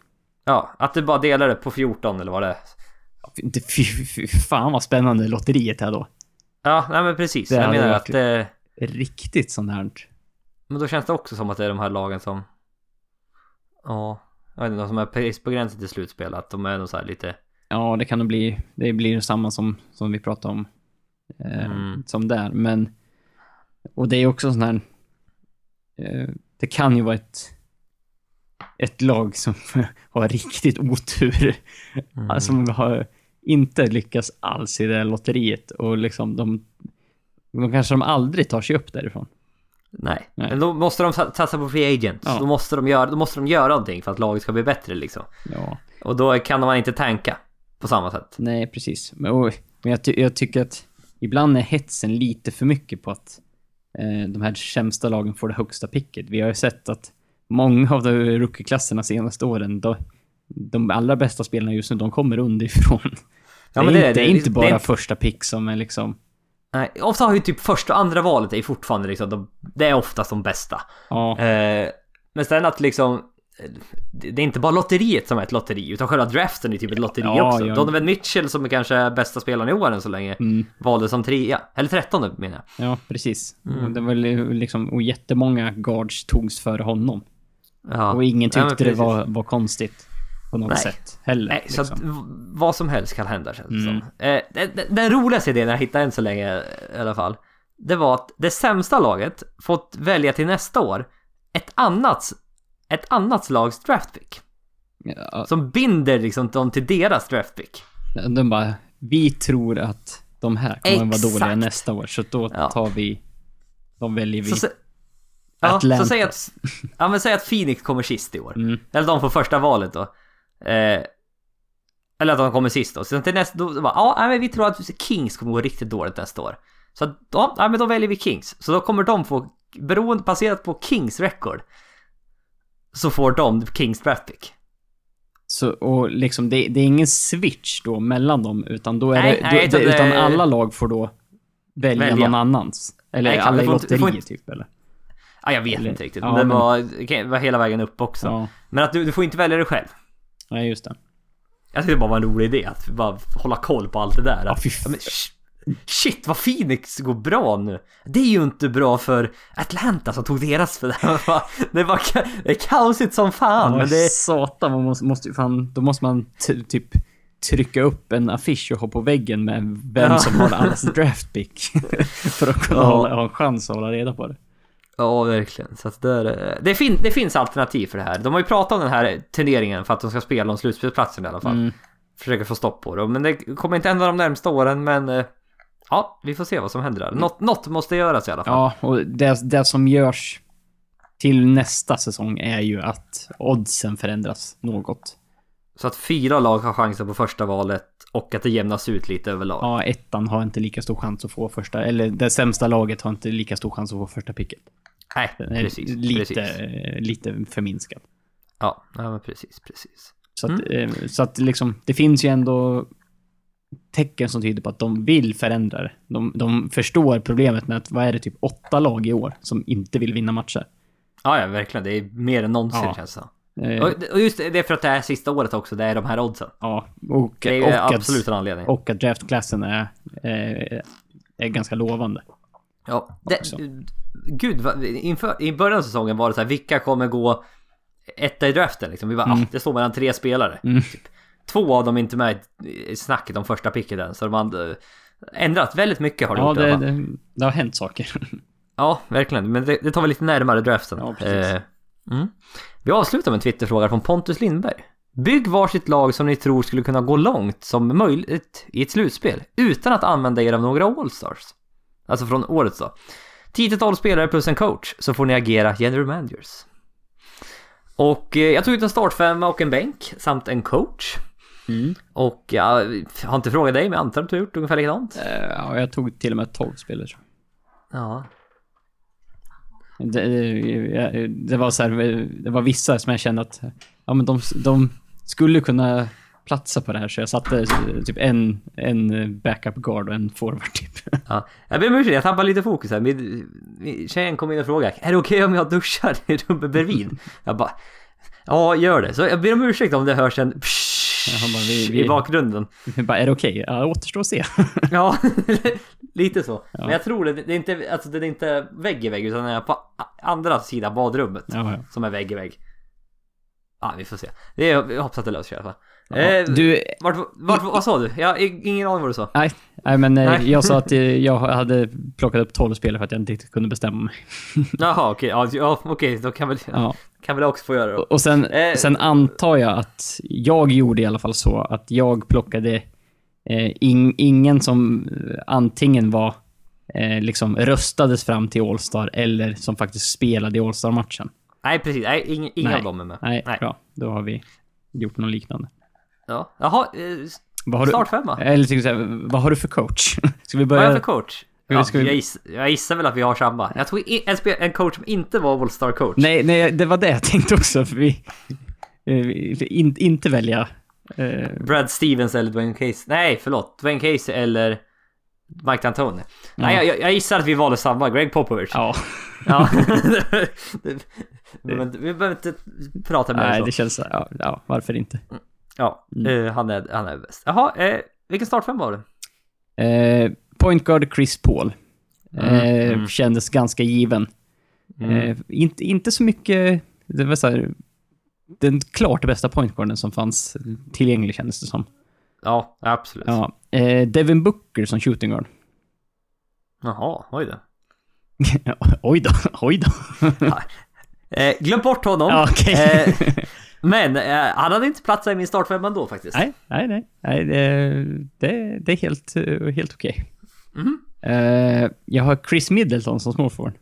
Ja, att du bara delar det på fjorton eller vad det är. Inte fy, fy, fan vad spännande lotteriet här då. Ja, nej men precis. Det Jag hade menar varit att det... riktigt sånt här. Men då känns det också som att det är de här lagen som... Ja, jag vet inte, de som är pris på gränsen till slutspel. Att de är nog så här lite... Ja, det kan nog bli... Det blir samma som, som vi pratade om. Eh, Mm. Som där, men... Och det är också sån här... Eh, det kan ju vara ett... Ett lag som har riktigt otur. Mm. Alltså, som har inte lyckats alls i det här lotteriet. Och liksom de... De kanske de aldrig tar sig upp därifrån. Nej. Nej. Men då måste de satsa på free agents. Ja. Då måste de göra, då måste de göra någonting för att laget ska bli bättre liksom. Ja. Och då kan man inte tanka på samma sätt. Nej, precis. Men, och, men jag, ty- jag tycker att ibland är hetsen lite för mycket på att eh, de här sämsta lagen får det högsta picket. Vi har ju sett att många av de rookie-klasserna senaste åren, då, de allra bästa spelarna just nu, de kommer underifrån. Ja, det, men är det är- inte, det är- inte bara det är- första pick som är liksom... Nej, ofta har ju typ första och andra valet är ju fortfarande liksom, de, det är oftast de bästa. Ja, Eh, men sen att liksom det det är inte bara lotteriet som är ett lotteri, utan själva draften är typ ett lotteri Ja, också. ja. Donovan Mitchell, som är kanske bästa spelaren i år än så länge, mm, valde som trea, eller trettonde menar jag. ja precis. Mm. Och det var li- liksom, och jättemånga guards togs före honom. Ja. Och ingen Ja, men tyckte det precis. var, var konstigt på något Nej. sätt heller. Nej, så att liksom. v- vad som helst kan hända, känns det Mm. som. Eh, den, den- den roligaste idén jag hittade än så länge i alla fall, det var att det sämsta laget fått välja till nästa år ett annat ett annat lags draftpick Ja, som binder liksom dem till deras draftpick. de bara, vi tror att de här kommer att vara dåliga Exakt. nästa år, så då Ja. tar vi, de väljer vi. Så, se- ja, Atlanta. så säg att ja, men säg att Phoenix kommer sist i år. Mm. Eller de får första valet då. Eh, eller att de kommer sist då. Så till nästa då, då bara, ja, nej, men vi tror att Kings kommer gå riktigt dåligt nästa år. Så att, ja, nej, men då väljer vi Kings. Så då kommer de få, beroende baserat på Kings record, så får de Kings draft pick. Så, och liksom, det, det är ingen switch då mellan dem, utan då är Nej, det, nej, då, utan det, det- utan alla lag får då välja, Välja. någon annans. Eller Nej, alla det i får inte- det får lotteriet inte- typ, eller? Ja, jag vet Eller- inte riktigt. ja, men det men- var, det var hela vägen upp också. Ja, Men att du, du får inte välja det själv. nej just det. Jag tyckte det bara var en rolig idé att bara hålla koll på allt det där. Ja, fy Ja, men, sh- shit, vad Phoenix går bra nu. Det är ju inte bra för Atlanta som tog deras för det. Var, det, var, ka- det är kaosigt som fan. Ja, men det, satan, man måste, måste ju fan, då måste man t- typ trycka upp en affisch och ha på väggen med vem Ja. som har allas draftpick för att kunna Ja. hålla, ha en chans att hålla reda på det. ja, verkligen. Så att det, är, det, fin, det finns alternativ för det här. De har ju pratat om den här turneringen för att de ska spela om slutspelsplatsen i alla fall. Mm. Försöka få stopp på det. Men det kommer inte hända de närmsta åren. Men eh, ja, vi får se vad som händer där. Något, något måste göras i alla fall. Ja, och det, det som görs till nästa säsong är ju att oddsen förändras något. Så att fyra lag har chansen på första valet och att det jämnas ut lite överlag. Ja, ettan har inte lika stor chans att få första, eller det sämsta laget har inte lika stor chans att få första picket. Nej, Den är precis. lite, precis. lite förminskad. Ja, ja, men precis, precis. Så att, eh, så att liksom, det finns ju ändå tecken som tyder på att de vill förändra det. De, de förstår problemet med att, vad är det, typ åtta lag i år som inte vill vinna matcher. Ja, ja, verkligen. Det är mer än någonsin, Ja. känns det som. Eh, Och, och just det, det är för att det är sista året också, det är de här oddsen. ja, och, Det är ju och, absolut att, en anledning. och att draftklassen är, eh, är ganska lovande. Ja, det, också. gud, vad- inför, i början av säsongen var det så här, vilka kommer gå etta i draften liksom? Vi bara, Mm. ah, det står mellan tre spelare. Mm. Typ. Två av dem är inte med i snacket om första picket än, så de har eh, ändrat väldigt mycket har de Ja, gjort i alla det, fall. det, det har hänt saker. Ja, verkligen. Men det, det tar väl lite närmare draften. Ja, precis. Eh, mm. Vi avslutar med en Twitterfråga från Pontus Lindberg. Bygg varsitt lag som ni tror skulle kunna gå långt som möjligt i ett slutspel utan att använda er av några All-Stars. Alltså från året då. tio till tolv spelare plus en coach, så får ni agera general managers. Och eh, jag tog ut en startfemma och en bänk samt en coach. Mm. Och jag har inte frågat dig, men jag antar att du har gjort ungefär likadant. Eh, ja, jag tog till och med tolv spelare. tror jag. Ja. Det, det, det var så här, det var vissa som jag kände att ja, men de, de skulle kunna platsa på det här, så jag satte typ en, en backup guard och en forward typ. Ja. Jag ber om ursäkt, jag tappar lite fokus här. Min, min tjejen kom in och frågade, är det okej om jag duschar i rummet bredvid? Jag bara, Ja, gör det. Så jag ber om ursäkt om det hörs en Ja, bara, vi, vi, i bakgrunden. Vi bara, är det okej? Okay? Ja, återstår att se. Ja, lite så. Ja. Men jag tror det, det är inte, alltså det är inte vägg i vägg, utan det är på andra sidan badrummet Ja, ja. som är vägg i vägg. Ja, vi får se. Det är, jag hoppas att det löser sig i alla fall. Ja, Eh, du, vart, vart, vad sa du? Jag har ingen aning vad du sa. nej, nej, men eh, Nej. jag sa att eh, jag hade plockat upp tolv spelare för att jag inte riktigt kunde bestämma mig. Jaha, okej. Ja, ja, okej, då kan väl, Ja. kan väl jag också få göra det då. Och, och sen, Eh. sen antar jag att jag gjorde i alla fall så att jag plockade eh, in, ingen som eh, antingen var eh, liksom röstades fram till All-Star eller som faktiskt spelade i All-Star-matchen. Nej, precis. Nej, ing, ingen Nej. av dem är med. Nej, Nej. bra. Då har vi gjort något liknande. Ja. Jaha, eh, Vad har du, startfemma. eller ska vi säga, vad har du för coach? Ska vi Vad börja? är jag för coach? vi- Ja, ska vi- jag, giss, jag gissar väl att vi har samma. Jag tror i- en, spe- en coach som inte var All-Star coach. Nej, nej, det var det jag tänkte också. För vi, eh, vi in, inte välja. Eh, Brad Stevens eller Dwayne Casey. Nej, förlåt. Dwayne Casey eller Mike D'Antoni. Nej, jag, jag gissar att vi valde samma. Greg Popovich. ja, Ja. vi, behöver inte, vi behöver inte prata mer nej, så. det känns så. Ja, ja, varför inte? Ja, Mm. eh, han, är, han är bäst. Jaha, eh, vilken startfemma var det? Eh, point guard Chris Paul. Eh, Mm, mm. Kändes ganska given. Mm. Eh, inte, inte så mycket... Det var så här, den klart bästa point guarden som fanns tillgänglig kändes det som. Ja, absolut. Ja. Eh, Devin Booker som shooting guard. Jaha, oj då. oj då, oj då. Eh, glöm bort honom. Ja, okej. eh, men eh, han hade inte platsat i min startfemma ändå faktiskt. Nej, nej, nej. nej det, det, det är helt, eh, helt okej. Mhm. Eh, jag har Chris Middleton som small forward.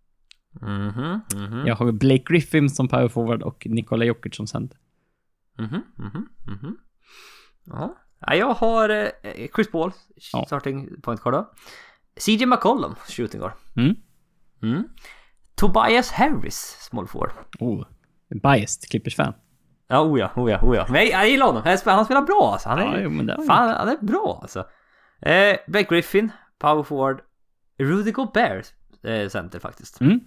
Mhm, mhm. Jag har Blake Griffin som power forward och Nikola Jokic som center. Mhm, mhm, mhm. Ja. Ja, jag har eh, Chris Paul, Ja. starting point guard då. C J McCollum, shooting guard. Mm. Mm. Tobias Harris, small forward. Oh, biased Clippers-fan. Ja, oja, oja, oja. Men jag, jag gillar honom. Han spelar, han spelar bra alltså. Han är, Ja, jo, men det var fan, han är bra alltså. Eh, Blake Griffin, power forward. Rudy Gobert, eh, center faktiskt. Mm.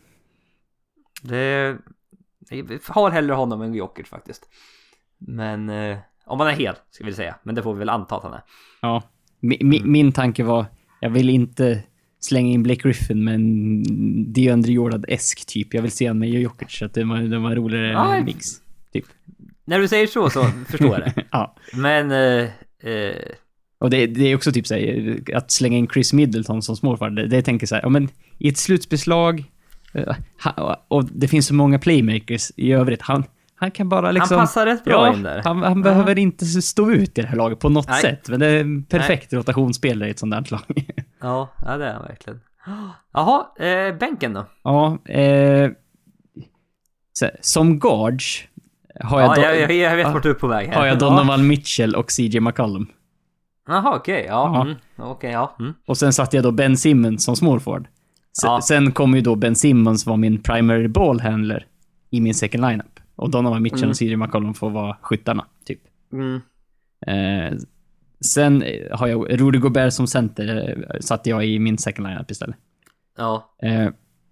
Det, jag har hellre honom än Jokic faktiskt. Men eh, om han är hel, ska vi säga. Men det får vi väl anta att han är. Ja. Mi, mi, Mm. Min tanke var, jag vill inte slänga in Blake Griffin med en DeAndre Jordan-esk typ. Jag vill se han med Jokic, så att det var, det var en roligare Ja. mix. Typ. När du säger så så förstår jag det. Ja. Men eh, eh, Och det, det är också typ så här, att slänga in Chris Middleton som småfart. Det, det tänker så här, ja, men i ett slutspelslag eh, ha, och det finns så många playmakers i övrigt. Han, han kan bara liksom... han passar rätt bra ja, in där. Han, han Ja. behöver inte stå ut i det här laget på något Nej. sätt. Men det är en perfekt rotationsspelare i ett sånt där lag. Ja, ja, det är han verkligen. Jaha, eh, bänken då? Ja, eh, så, som guards har jag, Ja, do- jag, jag, jag vet ja. vart du är på väg här. har jag Ja. Donovan Mitchell och C J McCollum. Jaha, okej. Ja, Ja. mm, okej, ja. Mm. Och sen satte jag då Ben Simmons som small forward. Sen, Ja. sen kommer ju då Ben Simmons vara min primary ball handler i min second lineup. Och Donovan Mitchell Mm. och C J McCollum får vara skyttarna, typ. Mm. Eh, sen eh, har jag Rudy Gobert som center, eh, satte jag i min second lineup istället. Ja. Eh,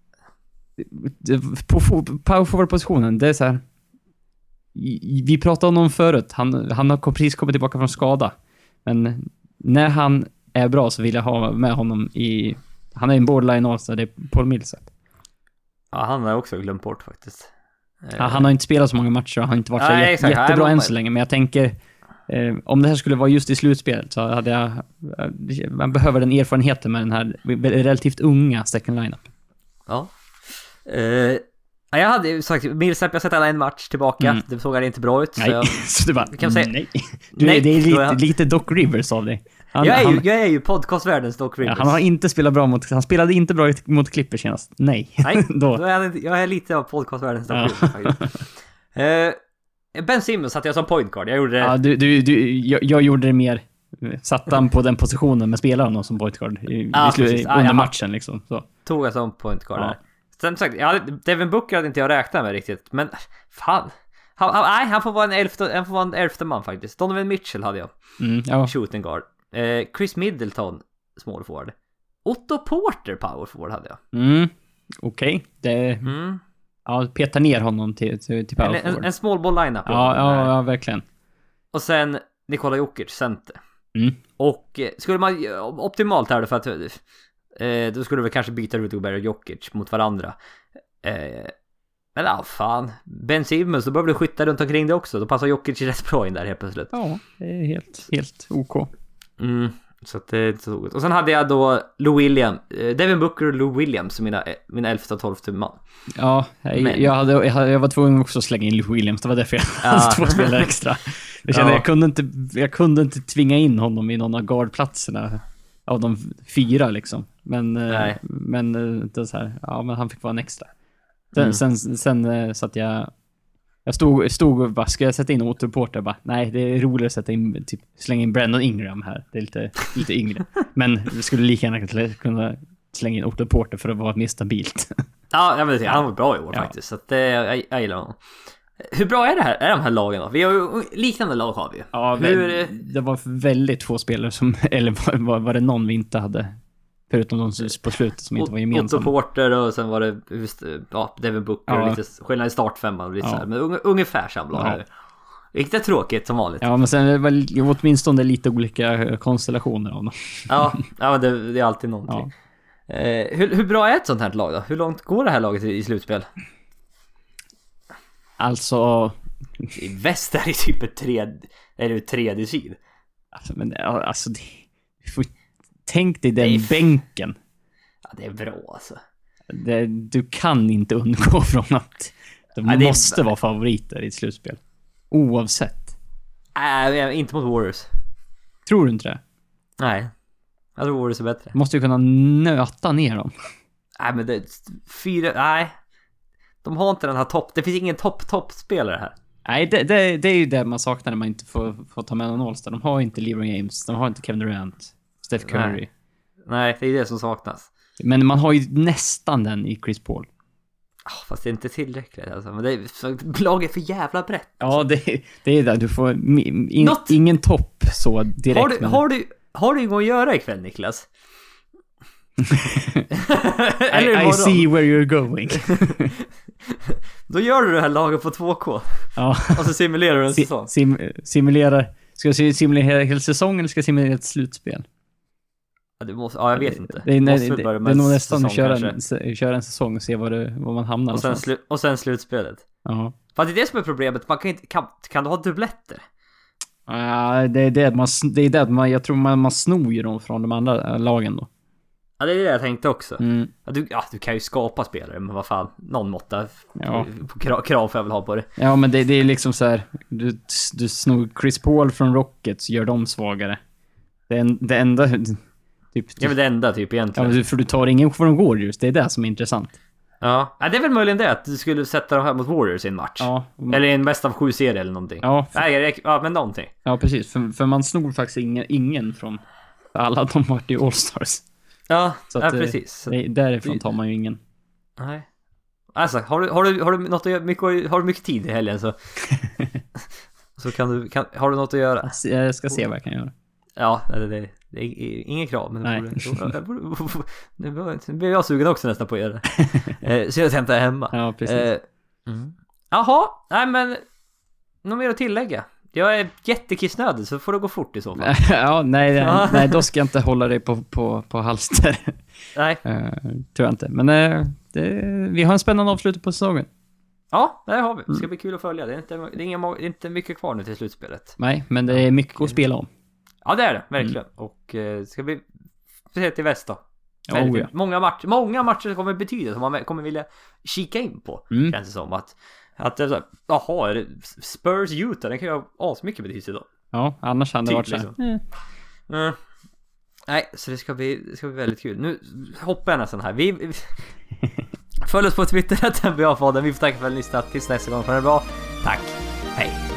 det- på fo- power forward-positionen, det är så här. i- Vi pratade om honom förut. Han, han har precis kommit tillbaka från skada. Men när han är bra så vill jag ha med honom i... Han är en borderline also, det är Paul Millsap. Ja, han har jag också glömt bort faktiskt. Eh, Ja, han har inte spelat så många matcher och har inte varit så Nej, jät- exakt. jättebra Nej, än men- så länge. Men jag tänker, eh, om det här skulle vara just i slutspelet så hade jag... eh, Man behöver den erfarenheten med den här relativt unga second lineup. Ja. Eh, ja, jag hade ju sagt, Millsap, jag sett alla en match tillbaka. Mm. Det såg han inte bra ut. Så Nej, jag, så du bara, kan jag säga- nej. Du, Nej, det är då är lite, han- lite Doc Rivers av dig. Han, jag, är han, ju, jag är ju podcastvärldens Doc ja, Rivers. han har inte spelat bra mot... Han spelade inte bra mot Clippers senast. Nej. Nej, Då. då är han, inte- jag är lite av podcastvärldens Doc Ja. Rivers faktiskt. Eh, Ben Simmons satte jag som point guard. Jag gjorde det. Ja, du, du, du, jag, jag gjorde det mer... Satt han på den positionen med spelaren som point guard i, Ja, i slu, precis. Ja, under jaha. matchen liksom. Så. Tog jag som point guard Ja. där. Sen sagt, jag hade, Devin Booker hade inte jag räknat med riktigt. Men fan. Han, han, nej, han får vara en elfte, han får vara en elfte man faktiskt. Donovan Mitchell hade jag. Mm, ja. Shooting guard. Eh, Chris Middleton, small forward. Otto Porter, power forward hade jag. Mm, okej. Det... Mm. Ja, peta ner honom till, till, till power En, en, forward. en small ball lineup. Ja, ja, ja, verkligen. Och sen Nikola Jokic, center. Mm. Och eh, skulle man, optimalt här då, för att eh, då skulle vi kanske byta Rudy Gobert och Jokic mot varandra. Eh, men ja, fan. Ben Simmons, då behöver du skytta runt omkring det också. Då passar Jokic rätt bra in där helt plötsligt. Ja, det är helt, helt OK. Mm, så att det är inte så roligt. Och sen hade jag då Lou Williams, eh, Devin Booker och Lou Williams som mina, mina elfte och tolfte man. Ja, jag, Men- jag, hade, jag, hade, jag var tvungen också att slänga in Lou Williams. Det var därför jag Ja. hade två spelare extra. Jag kände Ja. jag, kunde inte, jag kunde inte tvinga in honom i någon av guardplatserna av de fyra liksom. Men, eh, Nej. men eh, det är så här, ja, men han fick vara en extra. Sen, Mm. sen, sen eh, så att jag jag stod, stod och bara, ska jag sätta in Otto Porter? Bara, nej, det är roligare att sätta in, typ, slänga in Brandon Ingram här. Det är lite, lite yngre. Men vi skulle lika gärna kunna slänga in Otto Porter för att vara mer stabilt. Ja, jag vet, han var bra i år Ja. faktiskt. Så att det, jag, jag gillar honom. Hur bra är det här? Är de här lagen då? Vi har ju liknande lag har vi ju. Ja, Hur, men det var väldigt få spelare som, eller var, var, var det någon vi inte hade? Förutom de som- på slutet som inte var Otto gemensamma. Porter och sen var det just, ja, Devin Booker Ja. och lite skillnad i startfemman och lite Ja. så här, men unge, ungefär samma lag Ja. här. Vilket är tråkigt som vanligt. Ja, men sen är det väl åtminstone lite olika konstellationer av dem. Ja, ja men det, det är alltid någonting. Ja. Eh, hur, hur bra är ett sånt här lag då? Hur långt går det här laget i, i slutspel? Alltså, I väst är det typ ett tredje, är det ett tredje sid. alltså, men, ja, alltså det, du får, tänk dig den Det är- bänken. Ja, det är bra alltså. Det, du kan inte undgå från att de Ja, det är- måste vara favoriter i ett slutspel. Oavsett. Nej, inte mot Warriors. Tror du inte det? Nej. Jag tror Warriors är bättre. Du måste ju kunna nöta ner dem. Nej, men det fyra, nej. De har inte den här topp, det finns ingen topp-topp-spelare här. Nej, det, det, det är ju det man saknar när man inte får, får ta med någon All-Star. De har inte LeBron James, de har inte Kevin Durant, Steph Curry. Nej. Nej, det är det som saknas. Men man har ju nästan den i Chris Paul. Ah, fast det är inte tillräckligt alltså. Men det är, så, laget är för jävla brett. Ja, det, det är det. Du får in, Något- ingen topp så direkt. Har du, men- har du, har du inget att göra ikväll, Niklas? I, I imorgon? see where you're going. Då gör du det här laget på två K. Ja. Och så simulerar du en Si, säsong. sim, simulerar... Ska jag simulera hela säsongen eller ska jag simulera ett slutspel? Ja, du måste, ja, jag vet inte. Det är, Du nej, måste det, väl börja det med är nog en nästan att säsong köra kanske. en, se- köra en säsong och se var, det, var man hamnar Och sen, någonstans. slu, och sen slutspelet. Ja. För det är det som är problemet. Man kan, inte, kan, kan du ha dubbletter? Ja, det är det man, det är det man, jag tror man, man snor ju dem från de andra äh, lagen då. Ja, det är det jag tänkte också. Mm. Ja, du, ja, du kan ju skapa spelare, men vad fan, någon måtta Ja. på krav, krav får jag väl ha på det. Ja, men det, det är liksom så här, du, du snor Chris Paul från Rockets, gör dem svagare. Det, en, det enda, typ, Det är väl det enda typ ja, egentligen. men för du tar ingen för de går just, det är det som är intressant. Ja. Ja, det är väl möjligen det att du skulle sätta dem här mot Warriors i en match. Ja, Eller i en bäst av sju serie eller någonting. ja, för, Nej, det- ja, men någonting. ja precis. För, för man snor faktiskt ingen, ingen från alla de vart i All-Stars. Ja, Så ja att, eh, precis. Så, Det, därifrån tar man ju ingen. nej. Alltså, har du, har du, har du något att göra, mycket, har du mycket tid i helgen så... så kan du, kan, har du något att göra? Jag ska se vad jag kan göra. Ja, det, det, det är ingen krav, men Nej. det borde, det borde, nu blir- nu blir jag sugen också nästan på att göra det. Eh, så jag hämtar hemma. Ja, precis. Eh, mm. Jaha, nej men något mer att tillägga? Jag är jättekissnödig så får det gå fort i så fall. ja, nej, nej, nej, då ska jag inte hålla dig på, på, på halster. Nej, uh, tror jag inte. Men uh, det, vi har en spännande avslut på säsongen. ja, det har vi. Det ska bli kul att följa. Det är inte, det är inga, det är inte mycket kvar nu till slutspelet. Nej, men det är mycket att spela om. Ja, det är det, verkligen. Och eh, det ska bli speciellt till väst då. Oh, Väldigt- ja. många, matcher, många matcher kommer betyda som man kommer vilja kika in på. Mm. Känns det som att att det är så här, jaha, är det Spurs Utah, det kan ju ha asmycket betydelse då. Ja, annars hade det Typ, varit så här. liksom. Eh. Mm. Nej, så det ska bli, det ska bli väldigt kul. Nu hoppar jag nästan här. Vi, vi följ oss på Twitter att N B A-podden. Vi får tacka för att ni lyssnat. Tills nästa gång. För det bra. Tack. Hej.